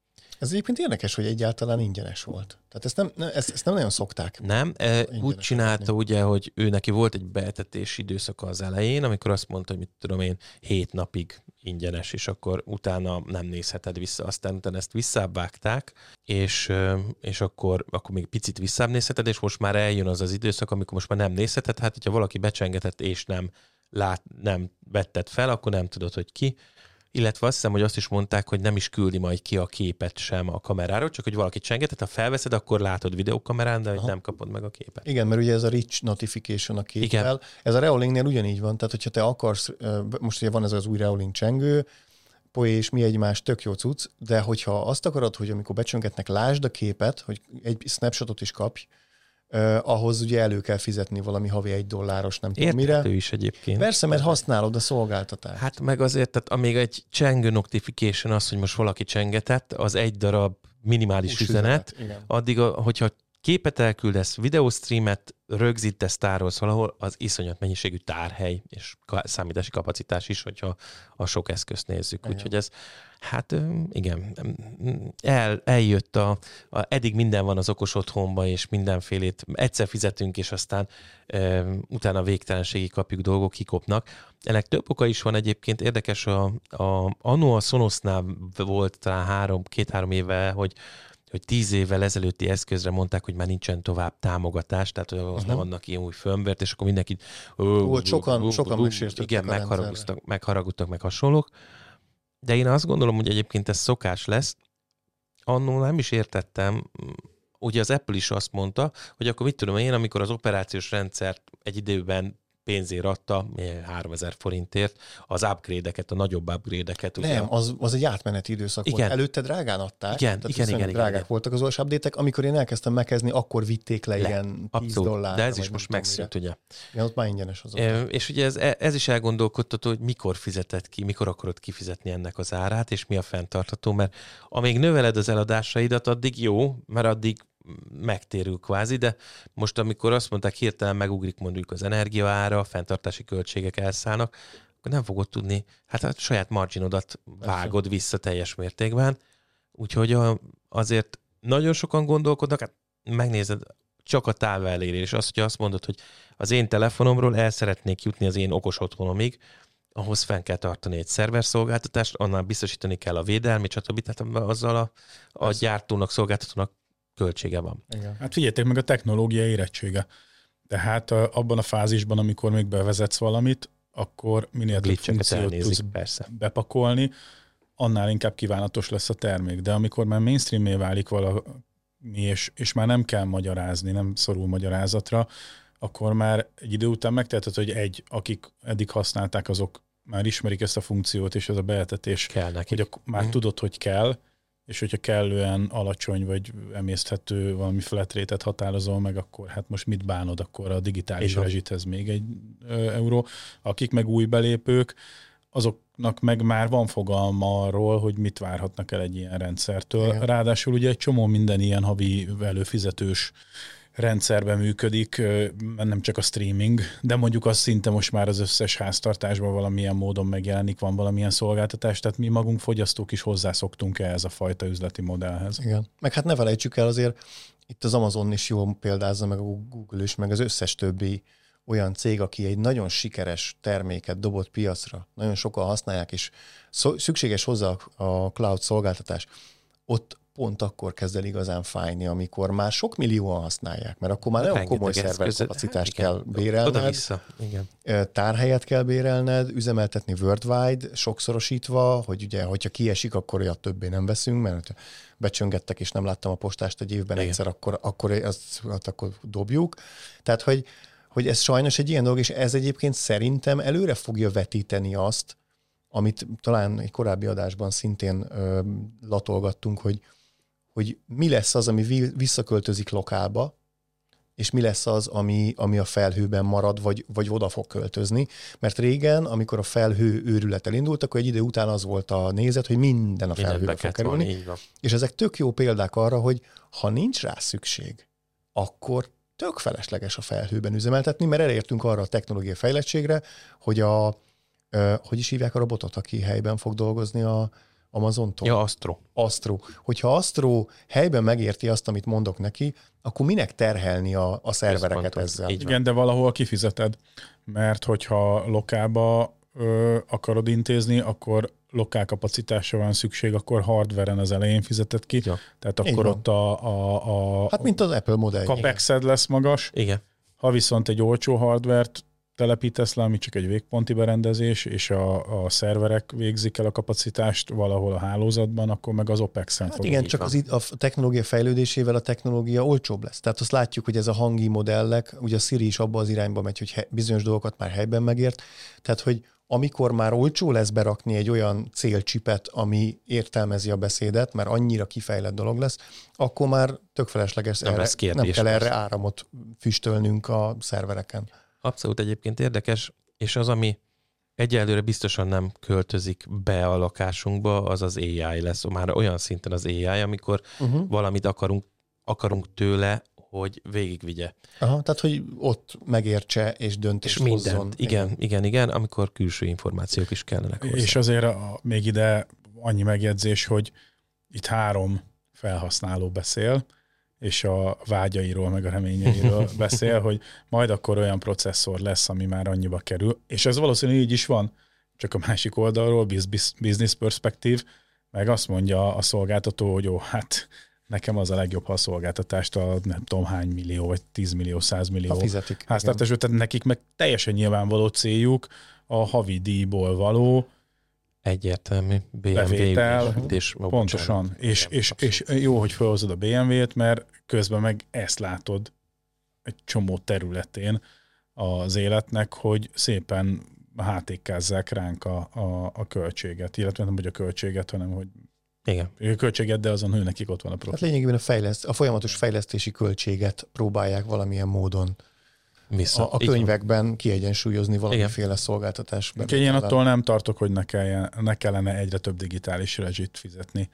Ez egyébként érdekes, hogy egyáltalán ingyenes volt. Tehát ezt nem nagyon szokták. Nem, úgy csinálta ugye, hogy ő neki volt egy beetetési időszaka az elején, amikor azt mondta, hogy mit tudom én, 7 napig ingyenes, és akkor utána nem nézheted vissza. Aztán utána ezt visszábbvágták, és akkor még picit visszább nézheted, és most már eljön az időszak, amikor most már nem nézheted. Hát, hogyha valaki becsengetett, és nem vetted fel, akkor nem tudod, hogy ki. Illetve azt hiszem, hogy azt is mondták, hogy nem is küldi majd ki a képet sem a kameráról, csak hogy valaki csengetett, ha felveszed, akkor látod videókamerán, de hogy nem kapod meg a képet. Igen, mert ugye ez a rich notification a képpel. Igen. Ez a Reolingnél ugyanígy van, tehát hogyha te akarsz, most ugye van ez az új Reoling csengő, és mi egymás tök jó cucc, de hogyha azt akarod, hogy amikor becsöngetnek, lásd a képet, hogy egy snapshotot is kapj, ahhoz ugye elő kell fizetni valami havi $1, nem tudom mire. Érthető is egyébként. Persze, mert használod a szolgáltatást. Hát meg azért, tehát amíg egy csengő notification az, hogy most valaki csengetett, az egy darab minimális üzenet. Addig, hogyha képet elküldesz, videóstreamet rögzítesz, tárolsz valahol, az iszonyat mennyiségű tárhely és számítási kapacitás is, hogyha a sok eszközt nézzük. Igen. Úgyhogy ez, hát igen, eljött eddig minden van az okos otthonba, és mindenfélét egyszer fizetünk, és aztán utána végtelenségig kapjuk, dolgok kikopnak. Ennek több oka is van egyébként, érdekes, anno a Sonosnál volt talán 2-3 éve, hogy 10 évvel ezelőtti eszközre mondták, hogy már nincsen tovább támogatás, tehát hogy nem adnak ilyen új firmware-t, és akkor mindenki sokan megsértettek igen, megharagudtak, meg hasonlók. De én azt gondolom, hogy egyébként ez szokás lesz. Annól nem is értettem, ugye az Apple is azt mondta, hogy akkor mit tudom én, amikor az operációs rendszert egy időben pénzért adta, 3000 forintért, az upgrade-eket, a nagyobb upgrade-eket. Nem, az egy átmeneti időszak volt. Előtte drágán adták. Igen. Drágák voltak az OS update-ek. Amikor én elkezdtem megkezdni, akkor vitték le ilyen $10. De ez is most megszűnt, ugye? Ja, ott már ingyenes az. És ugye ez is elgondolkodtató, hogy mikor fizeted ki, mikor akarod kifizetni ennek az árát, és mi a fenntartható, mert amíg növeled az eladásaidat, addig jó, mert addig megtérül kvázi, de most amikor azt mondták, hirtelen megugrik mondjuk az energiaára, a fenntartási költségek elszállnak, akkor nem fogod tudni, hát a saját marginodat vágod vissza teljes mértékben. Úgyhogy azért nagyon sokan gondolkodnak, hát megnézed, csak a távelérés. Az, hogy azt mondod, hogy az én telefonomról el szeretnék jutni az én okos otthonomig, ahhoz fenn kell tartani egy szerverszolgáltatást, annál biztosítani kell a védelmi, stb. Tehát azzal a gyártónak, szolgáltatónak költsége van. Igen. Hát figyeljetek meg a technológia érettsége. Tehát abban a fázisban, amikor még bevezetsz valamit, akkor minél több funkciót tudsz bepakolni, annál inkább kívánatos lesz a termék. De amikor már mainstream-é válik valami, és már nem kell magyarázni, nem szorul magyarázatra, akkor már egy idő után megteheted, hogy akik eddig használták, azok már ismerik ezt a funkciót, és ez a beetetés, hogy már tudod, hogy kell, és hogyha kellően alacsony vagy emészthető valami flat rate-et határozol meg, akkor hát most mit bánod, akkor a digitális rezsithez még €1. Akik meg új belépők, azoknak meg már van fogalma arról, hogy mit várhatnak el egy ilyen rendszertől. Igen. Ráadásul ugye egy csomó minden ilyen havi előfizetős rendszerben működik, nem csak a streaming, de mondjuk az szinte most már az összes háztartásban valamilyen módon megjelenik, van valamilyen szolgáltatás, tehát mi magunk fogyasztók is hozzászoktunk ehhez a fajta üzleti modellhez. Igen, meg hát ne felejtsük el azért, itt az Amazon is jól példázza, meg a Google is, meg az összes többi olyan cég, aki egy nagyon sikeres terméket dobott piacra, nagyon sokan használják, és szükséges hozzá a cloud szolgáltatás, ott pont akkor kezd el igazán fájni, amikor már sok millióan használják, mert akkor már nagyon komoly szerverkapacitást kell bérelned, tárhelyet kell bérelned, üzemeltetni worldwide, sokszorosítva, hogy ugye, hogyha kiesik, akkor olyat többé nem veszünk, mert becsöngettek, és nem láttam a postást egy évben egyszer, akkor dobjuk. Tehát, hogy ez sajnos egy ilyen dolog, és ez egyébként szerintem előre fogja vetíteni azt, amit talán egy korábbi adásban szintén latolgattunk, hogy mi lesz az, ami visszaköltözik lokálba, és mi lesz az, ami a felhőben marad, vagy oda fog költözni. Mert régen, amikor a felhő őrület elindult, akkor egy idő után az volt a nézet, hogy minden a felhőbe fog kerülni. És ezek tök jó példák arra, hogy ha nincs rá szükség, akkor tök felesleges a felhőben üzemeltetni, mert elértünk arra a technológiai fejlettségre, hogy hogy is hívják a robotot, aki helyben fog dolgozni a Amazontól? Ja, Astro. Hogyha Astro helyben megérti azt, amit mondok neki, akkor minek terhelni a szervereket ezzel? Igen, de valahol kifizeted, mert hogyha lokálba akarod intézni, akkor lokál kapacitásra van szükség, akkor hardveren az elején fizeted ki, Ja. tehát akkor ott Hát mint az Apple modell. CapEx-ed lesz magas. Igen. Ha viszont egy olcsó hardvert telepítesz le, ami csak egy végponti berendezés, és a szerverek végzik el a kapacitást valahol a hálózatban, akkor meg az OPEX-en Hát igen, csak a technológia fejlődésével a technológia olcsóbb lesz. Tehát azt látjuk, hogy ez a hangi modellek, ugye a Siri is abba az irányba megy, hogy bizonyos dolgokat már helyben megért. Tehát, hogy amikor már olcsó lesz berakni egy olyan célcsipet, ami értelmezi a beszédet, mert annyira kifejlett dolog lesz, akkor már tök felesleges, nem kell erre áramot füstölnünk a szervereken. Abszolút egyébként érdekes, és az, ami egyelőre biztosan nem költözik be a lakásunkba, az az AI lesz. Már olyan szinten az AI, amikor valamit akarunk tőle, hogy végigvigye. Aha, tehát, hogy ott megértse és döntést hozzon. Igen, amikor külső információk is kellenek hozzá. És azért még ide annyi megjegyzés, hogy itt 3 felhasználó beszél, és a vágyairól, meg a reményeiről beszél, hogy majd akkor olyan processzor lesz, ami már annyiba kerül. És ez valószínűleg így is van, csak a másik oldalról, business perspective, meg azt mondja a szolgáltató, hogy jó, hát nekem az a legjobb, ha a szolgáltatást a nem tudom hány millió, vagy 10 millió, 100 millió háztartású, tehát nekik meg teljesen nyilvánvaló céljuk a havi díjból való egyértelmű bevétel, pontosan. És jó, hogy felhozod a BMW-t, mert közben meg ezt látod egy csomó területén az életnek, hogy szépen hátékkázzák ránk a költséget, illetve nem hogy a költséget, hanem hogy igen. A költséget, de azon nekik ott van a profit. Hát lényegében a folyamatos fejlesztési költséget próbálják valamilyen módon a könyvekben kiegyensúlyozni valamiféle szolgáltatásban. Én attól nem tartok, hogy ne kellene egyre több digitális rezsit fizetni.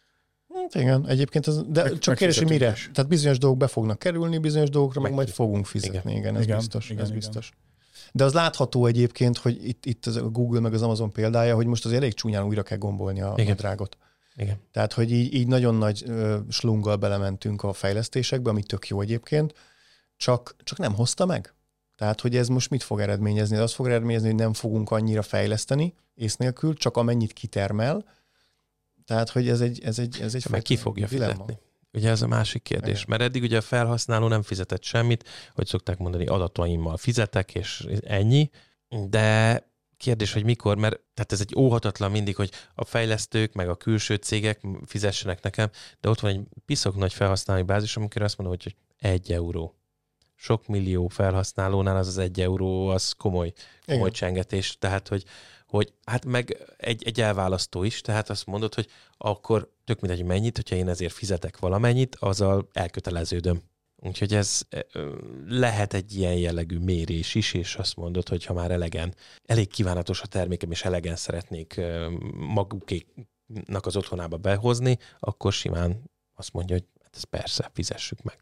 Igen, egyébként de csak kérdés, hogy mire? Tehát bizonyos dolgok be fognak kerülni, bizonyos dolgokra meg majd fogunk fizetni. Igen, ez biztos. Ez biztos. De az látható egyébként, hogy itt a Google meg az Amazon példája, hogy most azért elég csúnyán újra kell gombolni a drágot. Igen. Tehát, hogy így nagyon nagy slunggal belementünk a fejlesztésekbe, ami tök jó egyébként, csak nem hozta meg. Tehát, hogy ez most mit fog eredményezni? Az fog eredményezni, hogy nem fogunk annyira fejleszteni ész nélkül, csak amennyit kitermel. Tehát, hogy ez egy meg ki fogja fizetni? Ugye ez a másik kérdés. Igen. Mert eddig ugye a felhasználó nem fizetett semmit, hogy szokták mondani, adataimmal fizetek, és ennyi, de kérdés, hogy mikor, mert tehát ez egy óhatatlan mindig, hogy a fejlesztők, meg a külső cégek fizessenek nekem, de ott van egy piszok nagy felhasználói bázis, amikor azt mondom, hogy 1 euró. Sok millió felhasználónál az 1 euró, az komoly csengetés. Tehát, hogy hát meg egy elválasztó is, tehát azt mondod, hogy akkor tök mindegy, hogy mennyit, hogyha én ezért fizetek valamennyit, azzal elköteleződöm. Úgyhogy ez lehet egy ilyen jellegű mérés is, és azt mondod, hogy ha már elég kívánatos a termékem, és elegen szeretnék magukéknak az otthonába behozni, akkor simán azt mondja, hogy hát ezt persze, fizessük meg.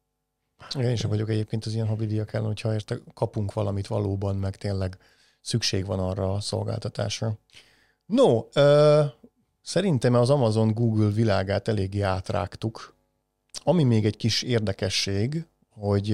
Én sem vagyok egyébként az ilyen havidíjak ellen, hogyha kapunk valamit valóban, meg tényleg szükség van arra a szolgáltatásra. No, szerintem az Amazon Google világát eléggé átrágtuk. Ami még egy kis érdekesség, hogy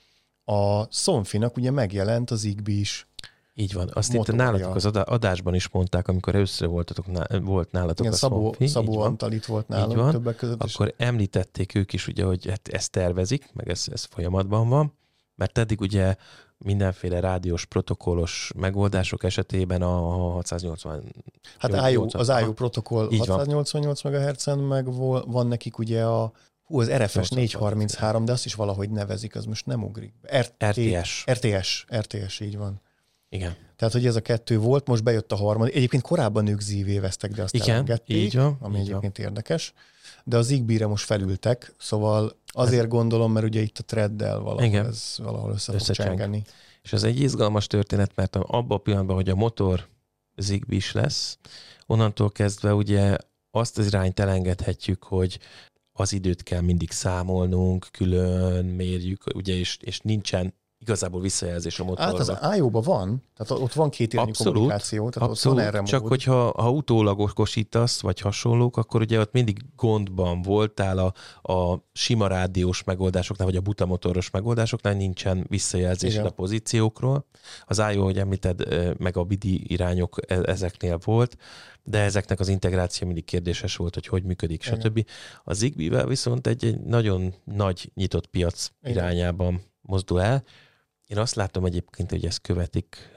a Somfy-nak ugye megjelent az Zigbee is. Így van. Azt motorja. Itt nálatok az adásban is mondták, amikor először volt nálatok igen, a Somfy. Szabó Antal itt volt nálunk többek között. Akkor említették ők is, ugye, hogy hát ezt tervezik, meg ez folyamatban van, mert eddig ugye mindenféle rádiós protokollos megoldások esetében a 680... Hát az IO protokoll 688 MHz-en, meg van nekik ugye az RFS 433, de azt is valahogy nevezik, az most nem ugrik. RTS, így van. Igen. Tehát, hogy ez a 2 volt, most bejött a harmadik. Egyébként korábban ők ZV-veztek, de azt elengedték, így van, ami egyébként érdekes. De a Zigbee-re most felültek, szóval azért gondolom, mert ugye itt a threaddel valahol össze fog csengeni. És ez egy izgalmas történet, mert abban a pillanatban, hogy a motor Zigbee is lesz, onnantól kezdve ugye azt az irányt elengedhetjük, hogy az időt kell mindig számolnunk, külön mérjük, ugye, és nincsen igazából visszajelzés a motorról. Hát az IO-ban van, tehát ott van kétirányú kommunikáció, tehát abszolút, ott van erre csak mód. hogyha utólag okosítasz, vagy hasonlók, akkor ugye ott mindig gondban voltál a sima rádiós megoldásoknál, vagy a buta motoros megoldásoknál nincsen visszajelzés a pozíciókról. Az IO, hogy említed, meg a BIDI irányok ezeknél volt, de ezeknek az integráció mindig kérdéses volt, hogy működik, stb. A Zigbee-vel viszont egy nagyon nagy nyitott piac irányában mozdul el. Én azt látom egyébként, hogy ezt követik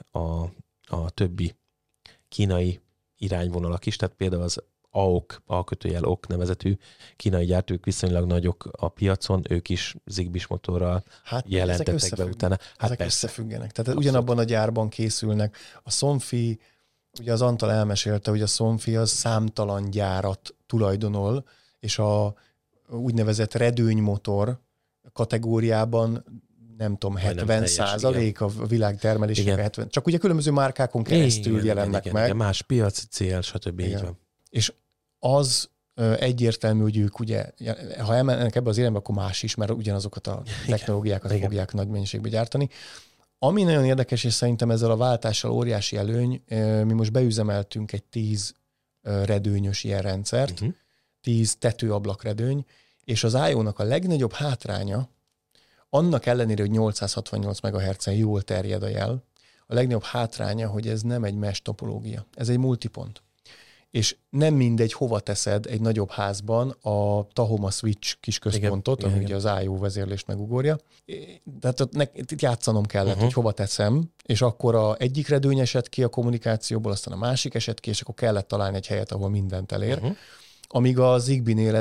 a többi kínai irányvonalak is, tehát például az AOK, A-OK nevezetű kínai gyártók viszonylag nagyok a piacon, ők is Zigbee-s motorral jelentettek be utána. Ezek összefüggenek. Tehát ugyanabban a gyárban készülnek. A Somfy, ugye az Antal elmesélte, hogy a Somfy az számtalan gyárat tulajdonol, és a úgynevezett redőnymotor kategóriában nem tudom, 70% a világ termelésének 70. Csak ugye különböző márkákon keresztül jelennek meg. Igen, más piaci cél, stb. Így van. És az egyértelmű, hogy ők ugye, ha elmennek ebbe az irányba, akkor más is, mert ugyanazokat a technológiákat fogják nagy mennyiségbe gyártani. Ami nagyon érdekes, és szerintem ezzel a váltással óriási előny, mi most beüzemeltünk egy 10 redőnyös ilyen rendszert, 10 tetőablakredőny, és az IO-nak a legnagyobb hátránya, annak ellenére, hogy 868 MHz-en jól terjed a jel, a legnagyobb hátránya, hogy ez nem egy mesh topológia, ez egy multipont. És nem mindegy, hova teszed egy nagyobb házban a Tahoma Switch kis központot, ami ugye az IO vezérlést megugorja. Tehát itt játszanom kellett, hogy hova teszem, és akkor egyik redőny esett ki a kommunikációból, aztán a másik esett ki, és akkor kellett találni egy helyet, ahol mindent elér. Amíg a Zigbee-nél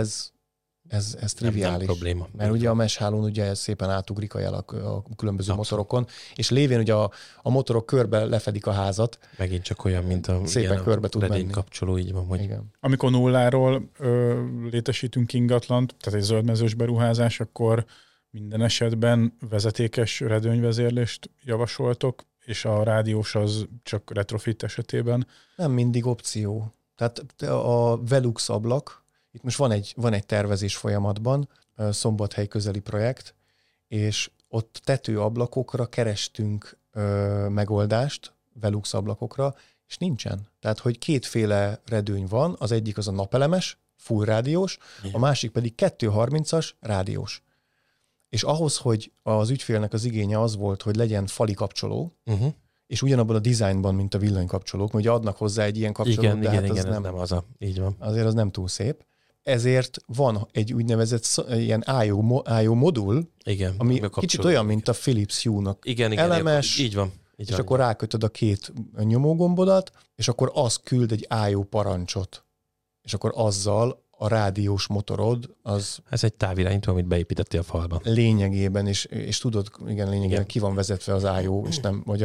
ez triviális. Nem probléma. Mert ugye a mesh hálón ugye szépen átugrik a jel a különböző motorokon, és lévén ugye a motorok körbe lefedik a házat. Megint csak olyan, mint a szépen körbe tud menni. Kapcsoló, így van, hogy... Igen. Amikor nulláról létesítünk ingatlant, tehát egy zöldmezős beruházás, akkor minden esetben vezetékes redőnyvezérlést javasoltok, és a rádiós az csak retrofit esetében? Nem mindig opció. Tehát a Velux ablak, itt most van egy tervezés folyamatban, Szombathely közeli projekt, és ott tetőablakokra kerestünk megoldást, Velux ablakokra, és nincsen. Tehát, hogy kétféle redőny van, az egyik az a napelemes, full rádiós, a másik pedig 230-as rádiós. És ahhoz, hogy az ügyfélnek az igénye az volt, hogy legyen fali kapcsoló, és ugyanabban a dizájnban, mint a villanykapcsolók, mert ugye adnak hozzá egy ilyen kapcsolót, de hát az nem az így van. Azért az nem túl szép. Ezért van egy úgynevezett ilyen IO modul, ami kicsit olyan, mint a Philips Hue-nak. Elemes, így van. És akkor rákötöd a két nyomógombodat, és akkor az küld egy IO parancsot. És akkor azzal a rádiós motorod az... Ez egy távirányító, amit beépítettél a falba. Lényegében, és tudod, lényegében ki van vezetve az IO, és nem, vagy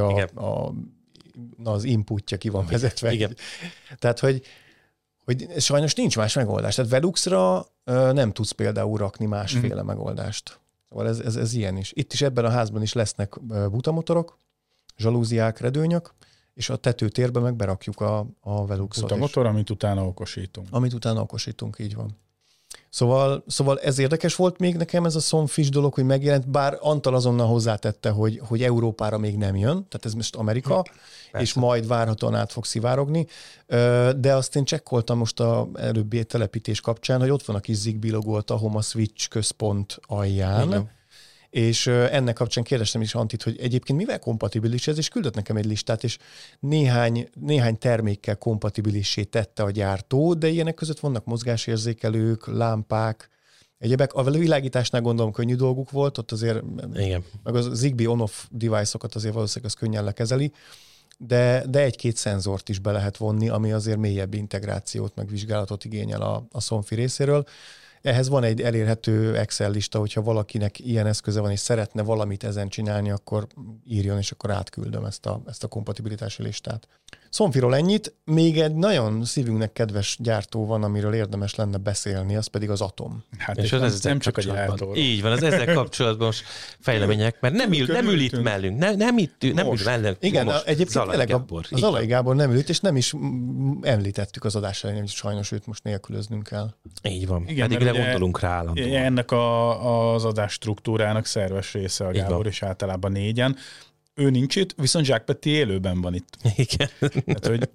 az inputja ki van vezetve. Igen. Tehát, hogy sajnos nincs más megoldás. Tehát Veluxra nem tudsz például rakni másféle megoldást. Szóval ez ilyen is. Itt is ebben a házban is lesznek butamotorok, zsalúziák, redőnyök, és a tetőtérbe meg berakjuk a Veluxot. Butamotor, amit utána okosítunk. Így van. Szóval ez érdekes volt még nekem ez a Somfy dolog, hogy megjelent, bár Antal azonnal hozzátette, hogy Európára még nem jön, tehát ez most Amerika, és majd várhatóan át fog szivárogni, de azt én csekkoltam most az előbbi telepítés kapcsán, hogy ott van a kis Zigbee logó a Tahoma Switch központ alján, igen. És ennek kapcsán kérdeztem is Antit, hogy egyébként mivel kompatibilis ez, és küldött nekem egy listát, és néhány termékkel kompatibilissé tette a gyártó, de ilyenek között vannak mozgásérzékelők, lámpák, egyebek. A világításnál gondolom könnyű dolguk volt, ott azért, igen. Meg az Zigbee on-off device-okat azért valószínűleg az könnyen lekezeli, de egy-két szenzort is be lehet vonni, ami azért mélyebb integrációt, meg vizsgálatot igényel a Somfy részéről. Ehhez van egy elérhető Excel lista, hogyha valakinek ilyen eszköze van, és szeretne valamit ezen csinálni, akkor írjon, és akkor átküldöm ezt a kompatibilitási listát. Somfyról ennyit. Még egy nagyon szívünknek kedves gyártó van, amiről érdemes lenne beszélni, az pedig az Atom. Hát és ez nem csak a gyártó. Így van, az ezzel kapcsolatban most fejlemények, mert nem ül itt mellünk. Nem ül mellünk. Igen, egyébként tényleg az Zalai Gábor nem ült, és nem is említettük az adás elején, hogy sajnos őt most nélkülöznünk kell. Így van. Igen, pedig gondolunk rá állandóan. Ennek az adás struktúrának szerves része a Gábor, és általában 4-en. Ő nincs itt, viszont Zsák Peti élőben van itt. Igen. Hát, hogy...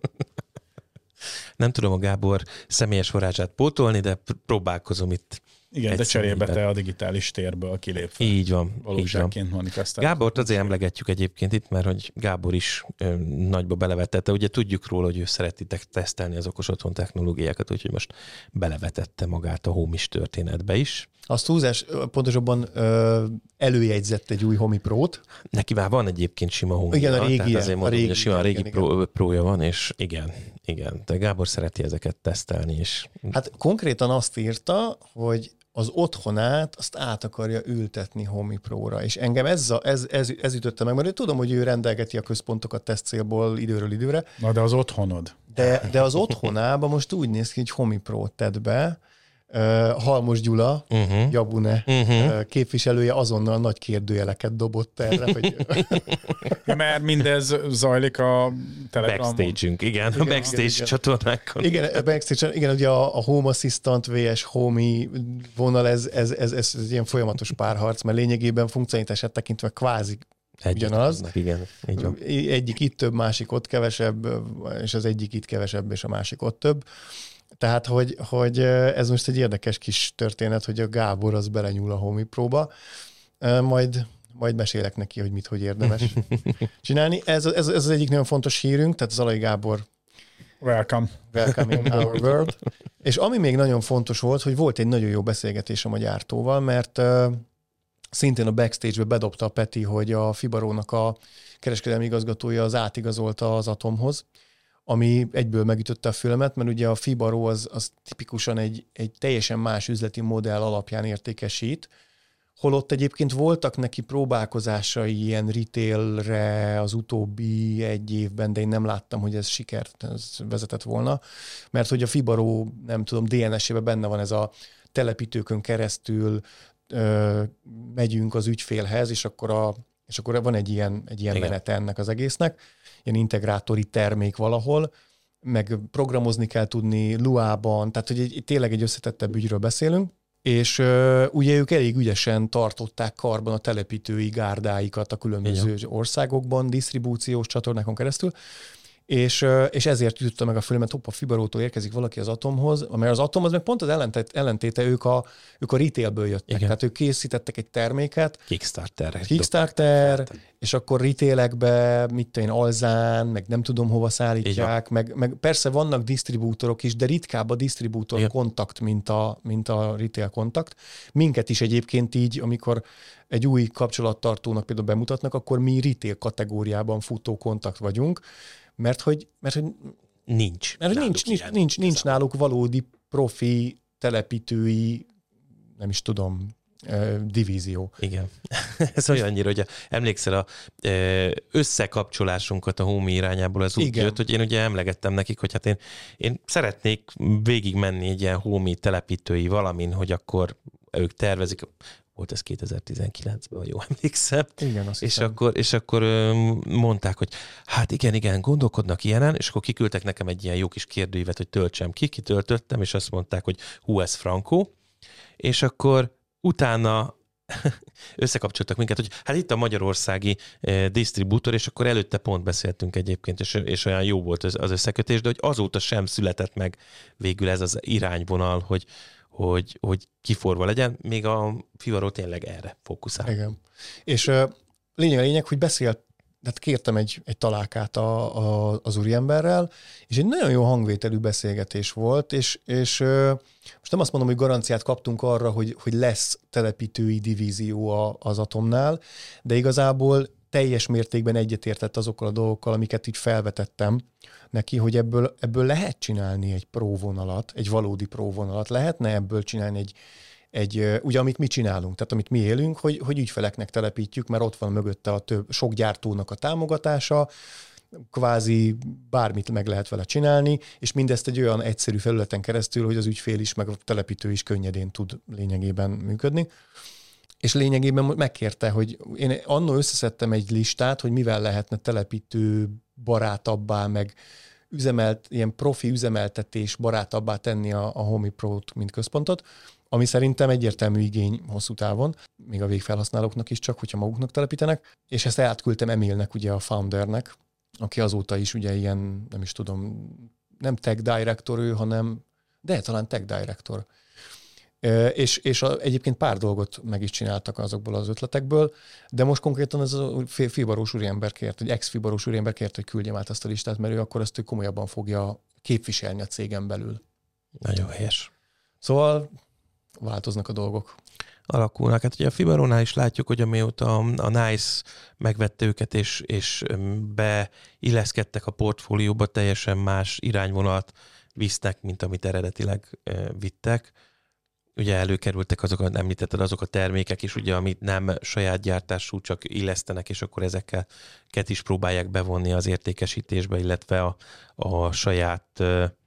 Nem tudom a Gábor személyes varázsát pótolni, de próbálkozom itt. Igen, de cserébe te a digitális térből kilépve. Így van. Valóságként manifestál. Gábort azért emlegetjük egyébként itt, mert hogy Gábor is nagyba belevetette. Ugye tudjuk róla, hogy ő szeretitek tesztelni az okos otthon technológiákat, úgyhogy most belevetette magát a Home is történetbe is. Azt túlzás, pontosabban előjegyzett egy új Home Pro-t. Neki már van egyébként sima Home. Igen, a régi. Tehát azért mondom, hogy a sima régi igen. Pro-ja van, és igen. De Gábor szereti ezeket tesztelni is. Hát konkrétan azt írta, hogy az otthonát azt át akarja ültetni Home Pro-ra, és engem ez ütötte meg, mert én tudom, hogy ő rendelgeti a központokat teszt célból időről időre. Na, de az otthonod. De az otthonában most úgy néz ki, hogy Home Pro-t tett be, Halmos Gyula, Jabune képviselője azonnal nagy kérdőjeleket dobott erre, hogy... Mert mindez zajlik a Telegramon. Backstage-ünk, igen, a Backstage csatornákon. Igen, a Backstage, igen, ugye a Home Assistant vs. Homey vonal, ez ilyen folyamatos párharc, mert lényegében funkcionalitását tekintve kvázi ugyanaz. Igen, így van. Egyik itt több, másik ott kevesebb, és az egyik itt kevesebb, és a másik ott több. Tehát, hogy ez most egy érdekes kis történet, hogy a Gábor az belenyúl a Home Pro-ba. Majd mesélek neki, hogy hogy érdemes csinálni. Ez az egyik nagyon fontos hírünk, tehát Zalai Gábor Welcome in our world. És ami még nagyon fontos volt, hogy volt egy nagyon jó beszélgetésem a gyártóval, mert szintén a Backstage-be bedobta a Peti, hogy a Fibarónak a kereskedelmi igazgatója az átigazolta az Atomhoz, ami egyből megütötte a fülemet, mert ugye a Fibaro az tipikusan egy teljesen más üzleti modell alapján értékesít, holott egyébként voltak neki próbálkozásai ilyen retailre az utóbbi egy évben, de én nem láttam, hogy ez sikert vezetett volna, mert hogy a Fibaro, nem tudom, DNS-ében benne van ez a telepítőkön keresztül megyünk az ügyfélhez, és akkor van egy ilyen menete ennek az egésznek, ilyen integrátori termék valahol, meg programozni kell tudni Lua-ban, tehát hogy tényleg egy összetettebb ügyről beszélünk, és ugye ők elég ügyesen tartották karban a telepítői gárdáikat a különböző országokban, disztribúciós csatornákon keresztül, és ezért jutotta meg a fülemet, hopp, a Fibarótól érkezik valaki az Atomhoz, mert az Atom az meg pont az ellentéte, ők a retailből jöttek. Igen. Tehát ők készítettek egy terméket. Kickstarter, és akkor retailekbe, Alzán, meg nem tudom hova szállítják, meg persze vannak disztribútorok is, de ritkább a disztribútor kontakt, mint a retail kontakt. Minket is egyébként így, amikor egy új kapcsolattartónak például bemutatnak, akkor mi retail kategóriában futó kontakt vagyunk, mert hogy nincs náluk valódi profi telepítői, nem is tudom, divízió. Igen. Ez olyannyira, hogy emlékszel a összekapcsolásunkat a Home irányából, ez úgy jött, hogy én ugye emlegettem nekik, hogy hát én szeretnék végigmenni egy ilyen Home telepítői valamin, hogy akkor ők tervezik, volt ez 2019-ben, vagy jó emlékszem. Igen, azt és akkor mondták, hogy hát igen, gondolkodnak ilyenen, és akkor kiküldtek nekem egy ilyen jó kis kérdőívet, hogy töltsem ki, kitöltöttem, és azt mondták, hogy ez frankó, és akkor utána összekapcsoltak minket, hogy hát itt a magyarországi disztribútor, és akkor előtte pont beszéltünk egyébként, és olyan jó volt az összekötés, de hogy azóta sem született meg végül ez az irányvonal, hogy kiforva legyen, még a Fibaro tényleg erre fókuszál. Igen. És lényeg, hogy tehát kértem egy találkát az úriemberrel, és egy nagyon jó hangvételű beszélgetés volt, és most nem azt mondom, hogy garanciát kaptunk arra, hogy lesz telepítői divízió az Atomnál, de igazából teljes mértékben egyetértett azokkal a dolgokkal, amiket így felvetettem neki, hogy ebből lehet csinálni egy próvonalat, egy valódi próvonalat, lehetne ebből csinálni ugye amit mi csinálunk, tehát amit mi élünk, hogy ügyfeleknek telepítjük, mert ott van mögötte sok gyártónak a támogatása, kvázi bármit meg lehet vele csinálni, és mindezt egy olyan egyszerű felületen keresztül, hogy az ügyfél is, meg a telepítő is könnyedén tud lényegében működni. És lényegében megkérte, hogy én annól összeszedtem egy listát, hogy mivel lehetne telepítő barátabbá, meg ilyen profi üzemeltetés barátabbá tenni a Homey Pro-t, mint központot, ami szerintem egyértelmű igény hosszú távon, még a végfelhasználóknak is csak, hogyha maguknak telepítenek, és ezt átküldtem Emilnek, ugye a foundernek, aki azóta is ugye ilyen, nem is tudom, nem tech director ő, de talán tech director. És egyébként pár dolgot meg is csináltak azokból az ötletekből, de most konkrétan ez a fibarós úriember kért, egy ex-fibarós úriember kért, hogy küldjem át azt a listát, mert ő akkor ezt komolyabban fogja képviselni a cégen belül. Nagyon helyes. Szóval változnak a dolgok. Alakulnak. Hát ugye a Fibarónál is látjuk, hogy amióta a NICE megvette őket, és beilleszkedtek a portfólióba, teljesen más irányvonalat visznek, mint amit eredetileg vittek. Ugye előkerültek azokat, említetted, azok a termékek is, ugye, amit nem saját gyártású, csak illesztenek, és akkor ezeket is próbálják bevonni az értékesítésbe, illetve a saját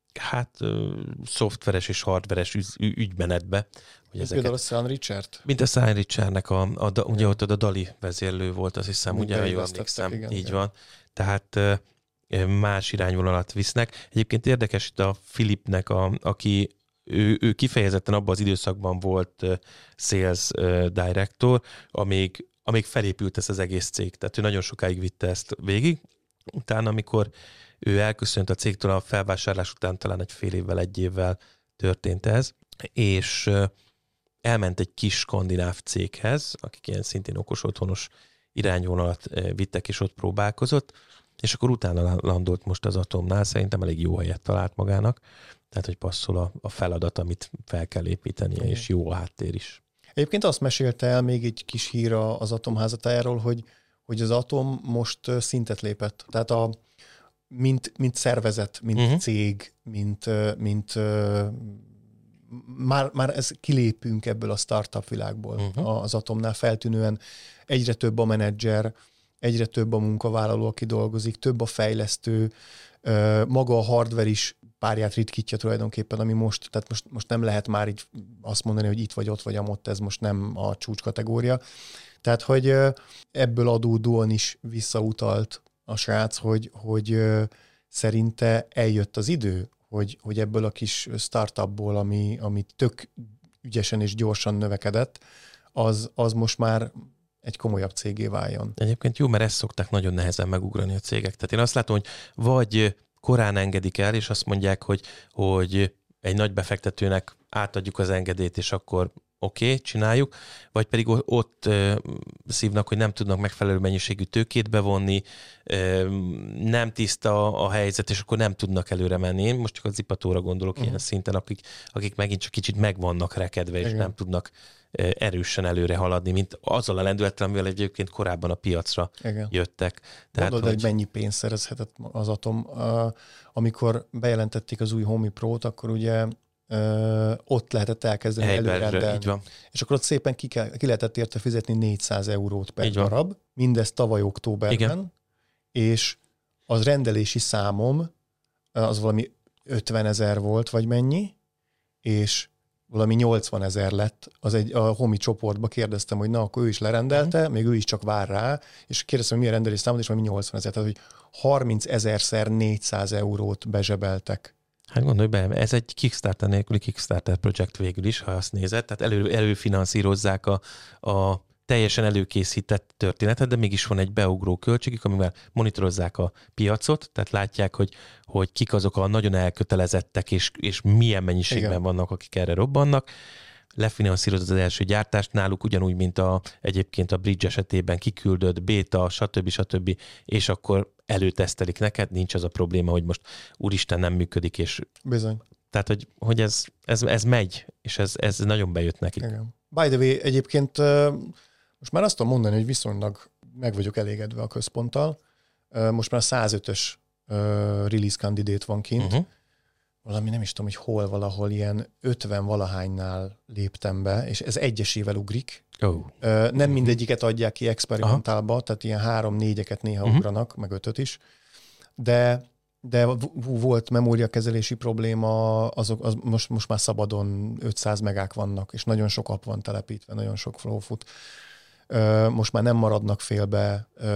szoftveres és hardveres ügymenetbe. Például a Sun Richard? Mint a Sun Richardnek, ugye ott a Dali vezérlő volt, azt hiszem, ugye, jól emlékszem, igen, így van. Tehát más irányvonalat visznek. Egyébként érdekes itt a Philipnek, aki ő kifejezetten abban az időszakban volt sales director, amíg felépült ez az egész cég. Tehát ő nagyon sokáig vitte ezt végig. Utána, amikor ő elköszönt a cégtől a felvásárlás után, talán egy évvel történt ez, és elment egy kis skandináv céghez, akik ilyen szintén okos otthonos irányvonalat vittek, és ott próbálkozott, és akkor utána landolt most az Atomnál, szerintem elég jó helyet talált magának, tehát hogy passzol a feladat, amit fel kell építenie, és jó a háttér is. Egyébként azt mesélte el még egy kis hír az Atom házatájáról, hogy az Atom most szintet lépett. Tehát mint szervezet, mint cég, már ez kilépünk ebből a startup világból. Az Atomnál feltűnően egyre több a menedzser, egyre több a munkavállaló, aki dolgozik, több a fejlesztő, maga a hardware is párját ritkítja tulajdonképpen, ami tehát most nem lehet már így azt mondani, hogy itt vagy ott vagy amott, ez most nem a csúcs kategória. Tehát, hogy ebből adódóan is visszautalt a srác, hogy szerinte eljött az idő, hogy ebből a kis startupból, ami tök ügyesen és gyorsan növekedett, az most már egy komolyabb cégé váljon. Egyébként jó, mert ezt szokták nagyon nehezen megugrani a cégek. Tehát én azt látom, hogy vagy korán engedik el, és azt mondják, hogy egy nagy befektetőnek átadjuk az engedélyt, és akkor oké, csináljuk, vagy pedig ott szívnak, hogy nem tudnak megfelelő mennyiségű tőkét bevonni, nem tiszta a helyzet, és akkor nem tudnak előre menni. Én most csak az Zipatóra gondolok ilyen szinten, akik megint csak kicsit meg vannak rekedve, és nem tudnak erősen előre haladni, mint azzal a lendülettel, amivel egyébként korábban a piacra jöttek. Gondolod, hogy mennyi pénzt szerezhetett az Atom. Amikor bejelentették az új Homey Pro-t, akkor ugye ott lehetett elkezdeni előrendelni. És akkor ott szépen ki lehetett érte fizetni 400 eurót per darab. Mindez tavaly októberben. Igen. És az rendelési számom az valami 50 000 volt, vagy mennyi, és valami 80 000 lett. A Homey csoportba kérdeztem, hogy na, akkor ő is lerendelte, még ő is csak vár rá, és kérdeztem, hogy milyen rendelés számot, és valami 80 000, tehát hogy 30 000-szer 400 eurót bezsebeltek. Hát gondolj be, ez egy Kickstarter nélküli Kickstarter projekt végül is, ha azt nézed, tehát előfinanszírozzák a teljesen előkészített történetet, de mégis van egy beugró költségük, amivel monitorozzák a piacot, tehát látják, hogy kik azok a nagyon elkötelezettek, és milyen mennyiségben vannak, akik erre robbannak. Lefinanszírozod az első gyártást náluk, ugyanúgy, mint egyébként a Bridge esetében kiküldött beta, stb. És akkor előtesztelik neked, nincs az a probléma, hogy most úristen nem működik, és... Bizony. Tehát, hogy ez megy, és ez nagyon bejött nekik. Igen. By the way, egyébként most már azt tudom mondani, hogy viszonylag meg vagyok elégedve a központtal. Most már 105-ös release candidate van kint. Valami nem is tudom, hogy hol, valahol ilyen 50 valahánynál léptem be, és ez egyesével ugrik. Nem mindegyiket adják ki experimentálba, tehát ilyen 3-4-eket néha ugranak, meg 5-öt is. De volt memóriakezelési probléma, most már szabadon 500 megák vannak, és nagyon sok app van telepítve, nagyon sok flow fut. Most már nem maradnak félbe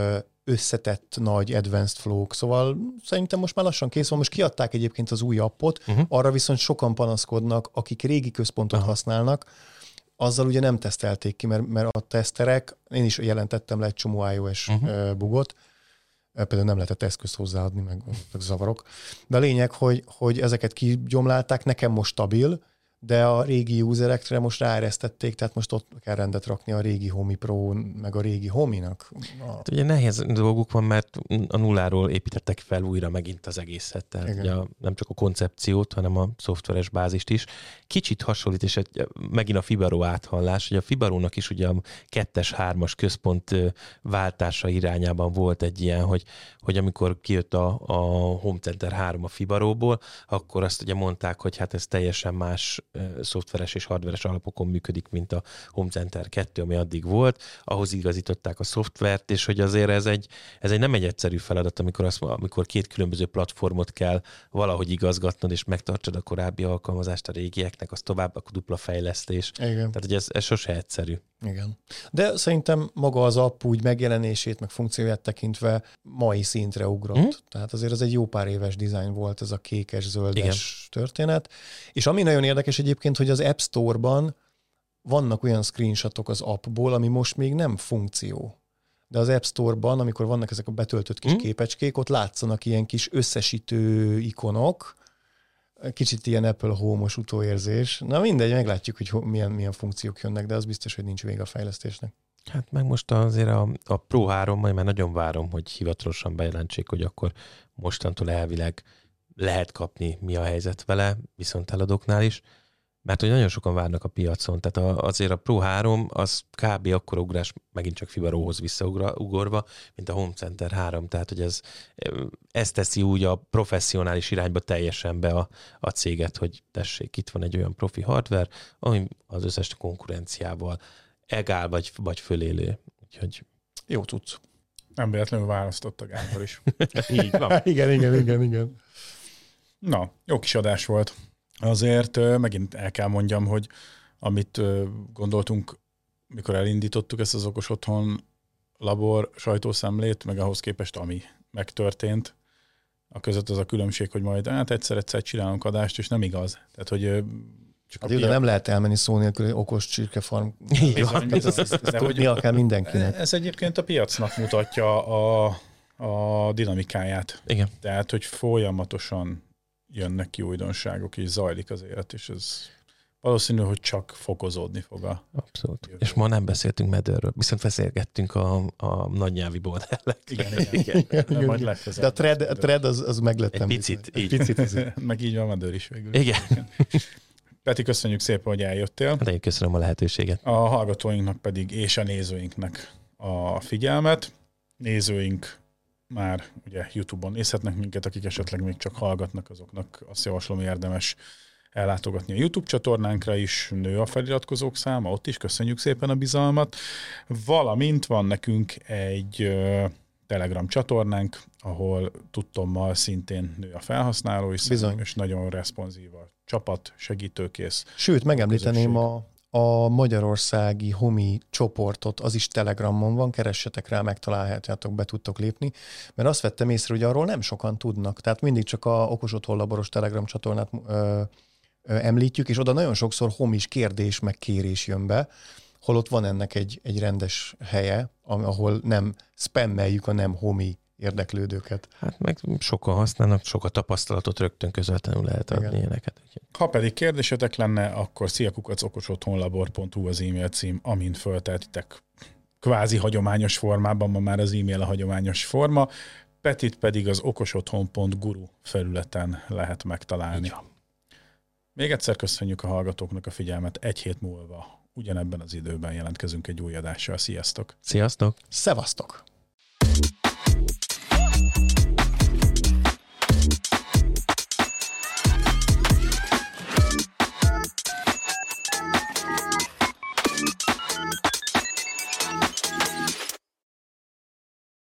összetett nagy advanced flow-k, szóval szerintem most már lassan kész van. Most kiadták egyébként az új appot, arra viszont sokan panaszkodnak, akik régi központot használnak, azzal ugye nem tesztelték ki, mert a teszterek, én is jelentettem le egy csomó iOS bugot, például nem lehetett eszközt hozzáadni, meg zavarok. De a lényeg, hogy ezeket kigyomlálták, nekem most stabil, de a régi userekre most ráeresztették, tehát most ott kell rendet rakni a régi Homey Pro, meg a régi Homey-nak. Hát ugye nehéz dolguk van, mert a nulláról építettek fel újra megint az egészet. Tehát ugye nem csak a koncepciót, hanem a szoftveres bázist is. Kicsit hasonlít, és megint a Fibaro áthallás, hogy a Fibarónak is ugye a 2-3-as központ váltása irányában volt egy ilyen, hogy amikor kijött a Home Center 3 a Fibaróból, akkor azt ugye mondták, hogy hát ez teljesen más szoftveres és hardveres alapokon működik, mint a Home Center 2, ami addig volt. Ahhoz igazították a szoftvert, és hogy azért ez egy nem egy egyszerű feladat, amikor két különböző platformot kell valahogy igazgatnod, és megtartsad a korábbi alkalmazást a régieknek, az tovább a dupla fejlesztés. Igen. Tehát, hogy ez sose egyszerű. Igen. De szerintem maga az app úgy megjelenését, meg funkcióját tekintve mai szintre ugrott. Tehát azért ez egy jó pár éves dizájn volt, ez a kékes-zöldes történet. És ami nagyon érdekes egyébként, hogy az App Store-ban vannak olyan screenshotok az appból, ami most még nem funkció. De az App Store-ban, amikor vannak ezek a betöltött kis képecskék, ott látszanak ilyen kis összesítő ikonok, kicsit ilyen Apple Home-os utóérzés. Na mindegy, meglátjuk, hogy milyen funkciók jönnek, de az biztos, hogy nincs vége a fejlesztésnek. Hát meg most azért a Pro 3, majd már nagyon várom, hogy hivatalosan bejelentsék, hogy akkor mostantól elvileg lehet kapni, mi a helyzet vele, viszont eladóknál is, mert hogy nagyon sokan várnak a piacon, tehát azért a Pro 3 az kb. Akkora ugrás megint csak Fibaróhoz visszaugorva, mint a Home Center 3, tehát hogy ez teszi úgy a professzionális irányba teljesen be a céget, hogy tessék, itt van egy olyan profi hardware, ami az összes konkurenciával egál vagy fölélő. Úgyhogy jó tudsz. Nem véletlenül választott a Gábor is. Így van. Igen. Na, jó kis adás volt. Azért megint el kell mondjam, hogy amit gondoltunk, mikor elindítottuk ezt az okos otthon labor sajtószemlét, meg ahhoz képest, ami megtörtént, a között az a különbség, hogy majd egyszer csinálunk adást, és nem igaz. Tehát, hogy csak hát nem lehet elmenni szó nélkül, hogy okos csirkefarm. Tudnia kell mindenkinek. Ez egyébként a piacnak mutatja a dinamikáját. Igen. Tehát, hogy folyamatosan jönnek ki újdonságok, és zajlik az élet, és ez valószínű, hogy csak fokozódni fog Abszolút. Jövő. És ma nem beszéltünk Medőről, viszont beszélgettünk a nagynyelvi modellek. Igen. Majd legközelebb. De a thread az meglettem. Egy picit. Meg így van Medőr is végül. Igen. Peti, köszönjük szépen, hogy eljöttél. De én köszönöm a lehetőséget. A hallgatóinknak pedig, és a nézőinknek a figyelmet. Nézőink már ugye YouTube-on nézhetnek minket, akik esetleg még csak hallgatnak, azoknak azt javaslom, érdemes ellátogatni a YouTube csatornánkra is, nő a feliratkozók száma, ott is köszönjük szépen a bizalmat, valamint van nekünk egy Telegram csatornánk, ahol tudtommal szintén nő a felhasználói szám, és nagyon responsív a csapat, segítőkész. Sőt, megemlíteném a magyarországi Homey csoportot, az is Telegramon van, keressetek rá, megtalálhatjátok, be tudtok lépni, mert azt vettem észre, hogy arról nem sokan tudnak. Tehát mindig csak a Okos Otthon laboros Telegram csatornát említjük, és oda nagyon sokszor Homey kérdés meg kérés jön be, holott van ennek egy rendes helye, ahol nem spammeljük a nem Homey érdeklődőket. Hát meg sokan használnak, sok a tapasztalatot rögtön közvetlenül lehet adni ilyeneket. Ha pedig kérdésetek lenne, akkor sziakukacokosotthonlabor.hu az e-mail cím, amint föltehetitek kvázi hagyományos formában, ma már az e-mail a hagyományos forma, Petit pedig az okosotthon.guru felületen lehet megtalálni. Még egyszer köszönjük a hallgatóknak a figyelmet, egy hét múlva ugyanebben az időben jelentkezünk egy új adással. Sziasztok! Sziasztok! Szevasztok!